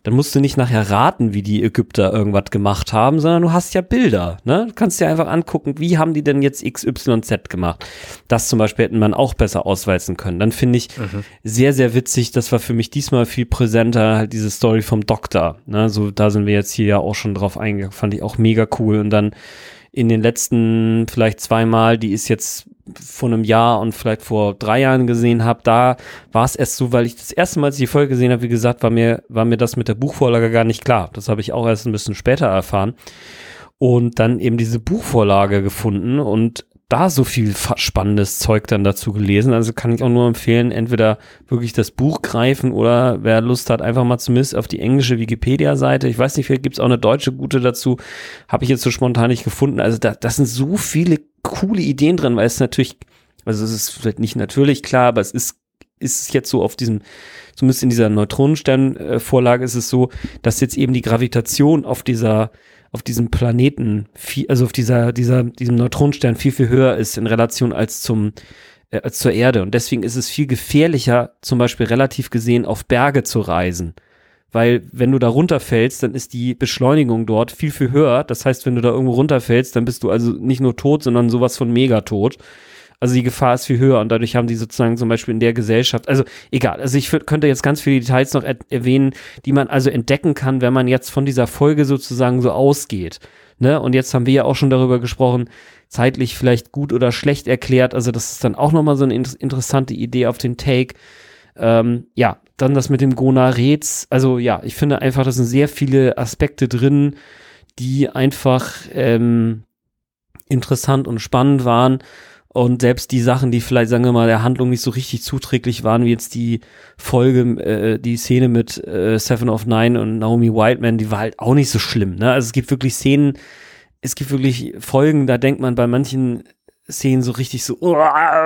dann musst du nicht nachher raten, wie die Ägypter irgendwas gemacht haben, sondern du hast ja Bilder, ne? Du kannst dir einfach angucken, wie haben die denn jetzt X Y Z gemacht. Das zum Beispiel hätten man auch besser auswalzen können. Dann finde ich mhm. sehr, sehr witzig, das war für mich diesmal viel präsenter, halt diese Story vom Doktor, ne? So, da sind wir jetzt hier ja auch schon drauf eingegangen, fand ich auch mega cool. Und dann in den letzten vielleicht zweimal, die ist jetzt vor einem Jahr und vielleicht vor drei Jahren gesehen habe, da war es erst so, weil ich das erste Mal, als ich die Folge gesehen habe, wie gesagt, war mir, war mir das mit der Buchvorlage gar nicht klar. Das habe ich auch erst ein bisschen später erfahren. Und dann eben diese Buchvorlage gefunden und da so viel spannendes Zeug dann dazu gelesen. Also kann ich auch nur empfehlen, entweder wirklich das Buch greifen oder wer Lust hat, einfach mal zumindest auf die englische Wikipedia-Seite. Ich weiß nicht, vielleicht gibt es auch eine deutsche gute dazu. Habe ich jetzt so spontan nicht gefunden. Also da, das sind so viele coole Ideen drin, weil es natürlich, also es ist vielleicht nicht natürlich klar, aber es ist, ist jetzt so auf diesem, zumindest in dieser Neutronenstern-Vorlage ist es so, dass jetzt eben die Gravitation auf dieser auf diesem Planeten, viel, also auf dieser, dieser, diesem Neutronenstern viel, viel höher ist in Relation als zum, äh, als zur Erde. Und deswegen ist es viel gefährlicher, zum Beispiel relativ gesehen, auf Berge zu reisen. Weil wenn du da runterfällst, dann ist die Beschleunigung dort viel, viel höher. Das heißt, wenn du da irgendwo runterfällst, dann bist du also nicht nur tot, sondern sowas von mega tot. Also die Gefahr ist viel höher und dadurch haben die sozusagen zum Beispiel in der Gesellschaft, also egal, also ich f- könnte jetzt ganz viele Details noch er- erwähnen, die man also entdecken kann, wenn man jetzt von dieser Folge sozusagen so ausgeht, ne, und jetzt haben wir ja auch schon darüber gesprochen, zeitlich vielleicht gut oder schlecht erklärt, also das ist dann auch nochmal so eine in- interessante Idee auf den Take, ähm, ja, dann das mit dem Gonarets, also ja, ich finde einfach, da sind sehr viele Aspekte drin, die einfach ähm, interessant und spannend waren. Und selbst die Sachen, die vielleicht, sagen wir mal, der Handlung nicht so richtig zuträglich waren, wie jetzt die Folge, äh, die Szene mit äh, Seven of Nine und Naomi Wildman, die war halt auch nicht so schlimm, ne? Also es gibt wirklich Szenen, es gibt wirklich Folgen, da denkt man bei manchen Szenen so richtig so, oh,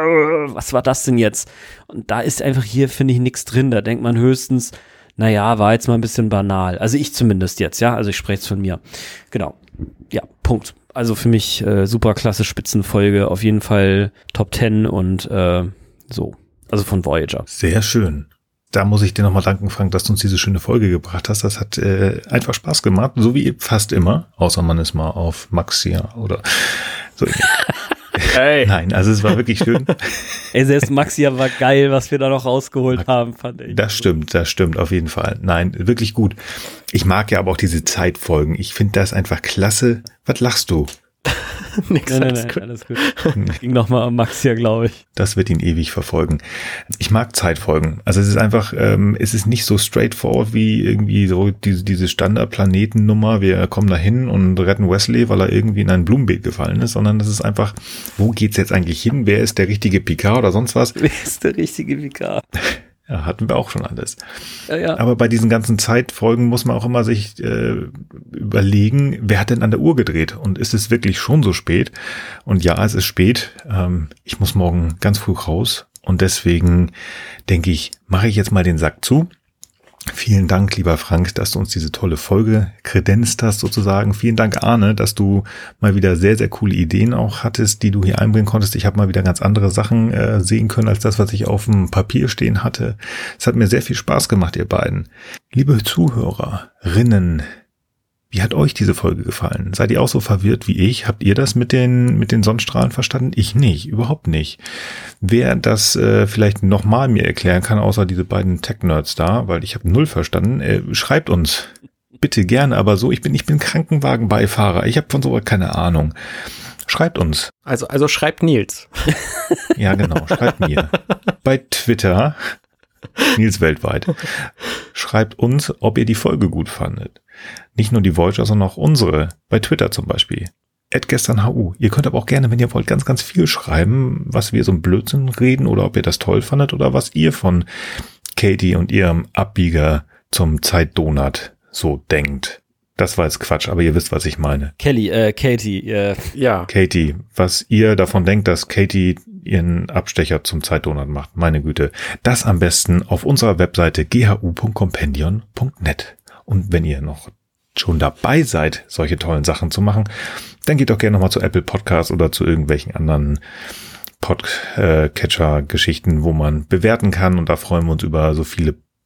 was war das denn jetzt? Und da ist einfach hier, finde ich, nichts drin. Da denkt man höchstens, naja, war jetzt mal ein bisschen banal. Also ich zumindest jetzt, ja, also ich spreche jetzt von mir. Genau, ja, Punkt. Also für mich äh, super klasse Spitzenfolge, auf jeden Fall Top Ten und äh, so, also von Voyager. Sehr schön. Da muss ich dir nochmal danken, Frank, dass du uns diese schöne Folge gebracht hast. Das hat äh, einfach Spaß gemacht, so wie fast immer, außer man ist mal auf Maxia oder so. Hey. Nein, also es war wirklich schön. Ey, selbst Maxia war geil, was wir da noch rausgeholt haben, fand ich. Das stimmt, das stimmt, auf jeden Fall. Nein, wirklich gut. Ich mag ja aber auch diese Zeitfolgen. Ich finde das einfach klasse. Was lachst du? Nix, nein, alles, nein, gut. alles gut. Ging nochmal um Maxia, glaube ich. Das wird ihn ewig verfolgen. Ich mag Zeitfolgen. Also es ist einfach, ähm, es ist nicht so straightforward wie irgendwie so diese, diese Standard-Planetennummer. Wir kommen da hin und retten Wesley, weil er irgendwie in ein Blumenbeet gefallen ist, sondern das ist einfach, wo geht's jetzt eigentlich hin? Wer ist der richtige Picard oder sonst was? Wer ist der richtige Picard? Ja, hatten wir auch schon alles. Ja, ja. Aber bei diesen ganzen Zeitfolgen muss man auch immer sich äh, überlegen, wer hat denn an der Uhr gedreht? Und ist es wirklich schon so spät? Und ja, es ist spät. Ähm, ich muss morgen ganz früh raus. Und deswegen denke ich, mache ich jetzt mal den Sack zu. Vielen Dank, lieber Frank, dass du uns diese tolle Folge kredenzt hast sozusagen. Vielen Dank, Arne, dass du mal wieder sehr, sehr coole Ideen auch hattest, die du hier einbringen konntest. Ich habe mal wieder ganz andere Sachen äh, sehen können, als das, was ich auf dem Papier stehen hatte. Es hat mir sehr viel Spaß gemacht, ihr beiden. Liebe Zuhörerinnen, wie hat euch diese Folge gefallen? Seid ihr auch so verwirrt wie ich? Habt ihr das mit den mit den Sonnenstrahlen verstanden? Ich nicht, überhaupt nicht. Wer das äh, vielleicht nochmal mir erklären kann, außer diese beiden Tech-Nerds da, weil ich habe null verstanden, äh, schreibt uns. Bitte gerne, aber so, ich bin ich bin Krankenwagenbeifahrer. Ich habe von sowas keine Ahnung. Schreibt uns. Also also schreibt Nils. Ja, genau, schreibt mir. Bei Twitter, Nils weltweit. Schreibt uns, ob ihr die Folge gut fandet. Nicht nur die Voyager, sondern auch unsere. Bei Twitter zum Beispiel. at gestern H U. Ihr könnt aber auch gerne, wenn ihr wollt, ganz, ganz viel schreiben, was wir so ein Blödsinn reden oder ob ihr das toll fandet oder was ihr von Katie und ihrem Abbieger zum Zeitdonut so denkt. Das war jetzt Quatsch, aber ihr wisst, was ich meine. Kelly, äh, Katie, äh, ja. Katie, was ihr davon denkt, dass Katie ihren Abstecher zum Zeitdonut macht. Meine Güte. Das am besten auf unserer Webseite g h u punkt compendion punkt net. Und wenn ihr noch schon dabei seid, solche tollen Sachen zu machen, dann geht doch gerne nochmal zu Apple Podcasts oder zu irgendwelchen anderen Podcatcher-Geschichten, wo man bewerten kann. Und da freuen wir uns über so viele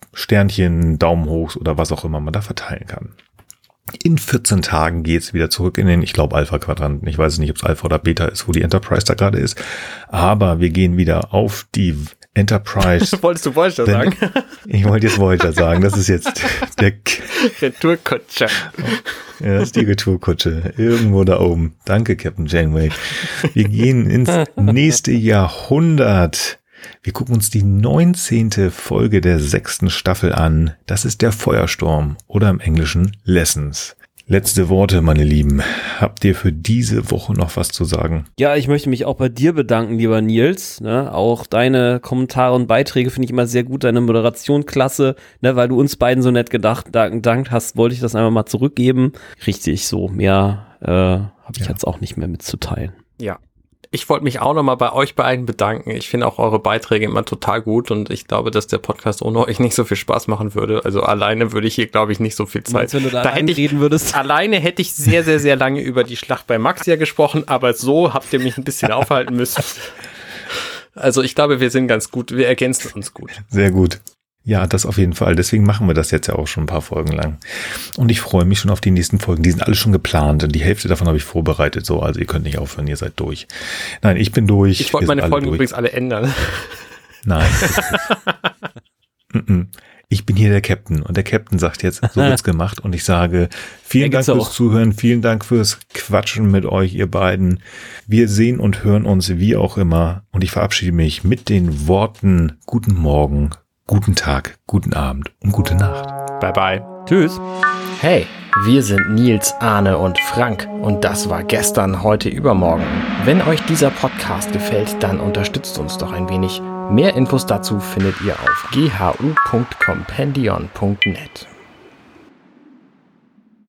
Sternchen, Daumen hoch oder was auch immer man da verteilen kann. In vierzehn Tagen geht's wieder zurück in den, ich glaube, Alpha-Quadranten. Ich weiß nicht, ob es Alpha oder Beta ist, wo die Enterprise da gerade ist. Aber wir gehen wieder auf die Enterprise. Wolltest du Voyager sagen? Ich wollte jetzt Voyager sagen. Das ist jetzt der Retourkutsche. Ja, das ist die Retourkutsche. Irgendwo da oben. Danke, Captain Janeway. Wir gehen ins nächste Jahrhundert. Wir gucken uns die neunzehnte Folge der sechsten Staffel an. Das ist der Feuersturm oder im Englischen Lessons. Letzte Worte, meine Lieben. Habt ihr für diese Woche noch was zu sagen? Ja, ich möchte mich auch bei dir bedanken, lieber Nils. Ne? Auch deine Kommentare und Beiträge finde ich immer sehr gut, deine Moderation klasse, ne? Weil du uns beiden so nett gedacht, gedankt hast, wollte ich das einfach mal zurückgeben. Richtig so, mehr äh, habe ich ja. jetzt auch nicht mehr mitzuteilen. Ja. Ich wollte mich auch nochmal bei euch beiden bedanken. Ich finde auch eure Beiträge immer total gut und ich glaube, dass der Podcast ohne euch nicht so viel Spaß machen würde. Also alleine würde ich hier, glaube ich, nicht so viel Zeit. Wenn du da, da hätte ich, reden würdest. Alleine hätte ich sehr, sehr, sehr lange über die Schlacht bei Maxia gesprochen, aber so habt ihr mich ein bisschen aufhalten müssen. Also ich glaube, wir sind ganz gut, wir ergänzen uns gut. Sehr gut. Ja, das auf jeden Fall. Deswegen machen wir das jetzt ja auch schon ein paar Folgen lang. Und ich freue mich schon auf die nächsten Folgen. Die sind alle schon geplant und die Hälfte davon habe ich vorbereitet. So, also ihr könnt nicht aufhören, ihr seid durch. Nein, ich bin durch. Ich wollte meine Folgen durch. Übrigens alle ändern. Nein. Ich bin hier der Captain und der Captain sagt jetzt, so wird's gemacht und ich sage, vielen Dank fürs Zuhören, vielen Dank fürs Quatschen mit euch, ihr beiden. Wir sehen und hören uns wie auch immer und ich verabschiede mich mit den Worten guten Morgen, guten Tag, guten Abend und gute Nacht. Bye bye. Tschüss. Hey, wir sind Nils, Arne und Frank und das war gestern, heute, übermorgen. Wenn euch dieser Podcast gefällt, dann unterstützt uns doch ein wenig. Mehr Infos dazu findet ihr auf g h u punkt compendion punkt net.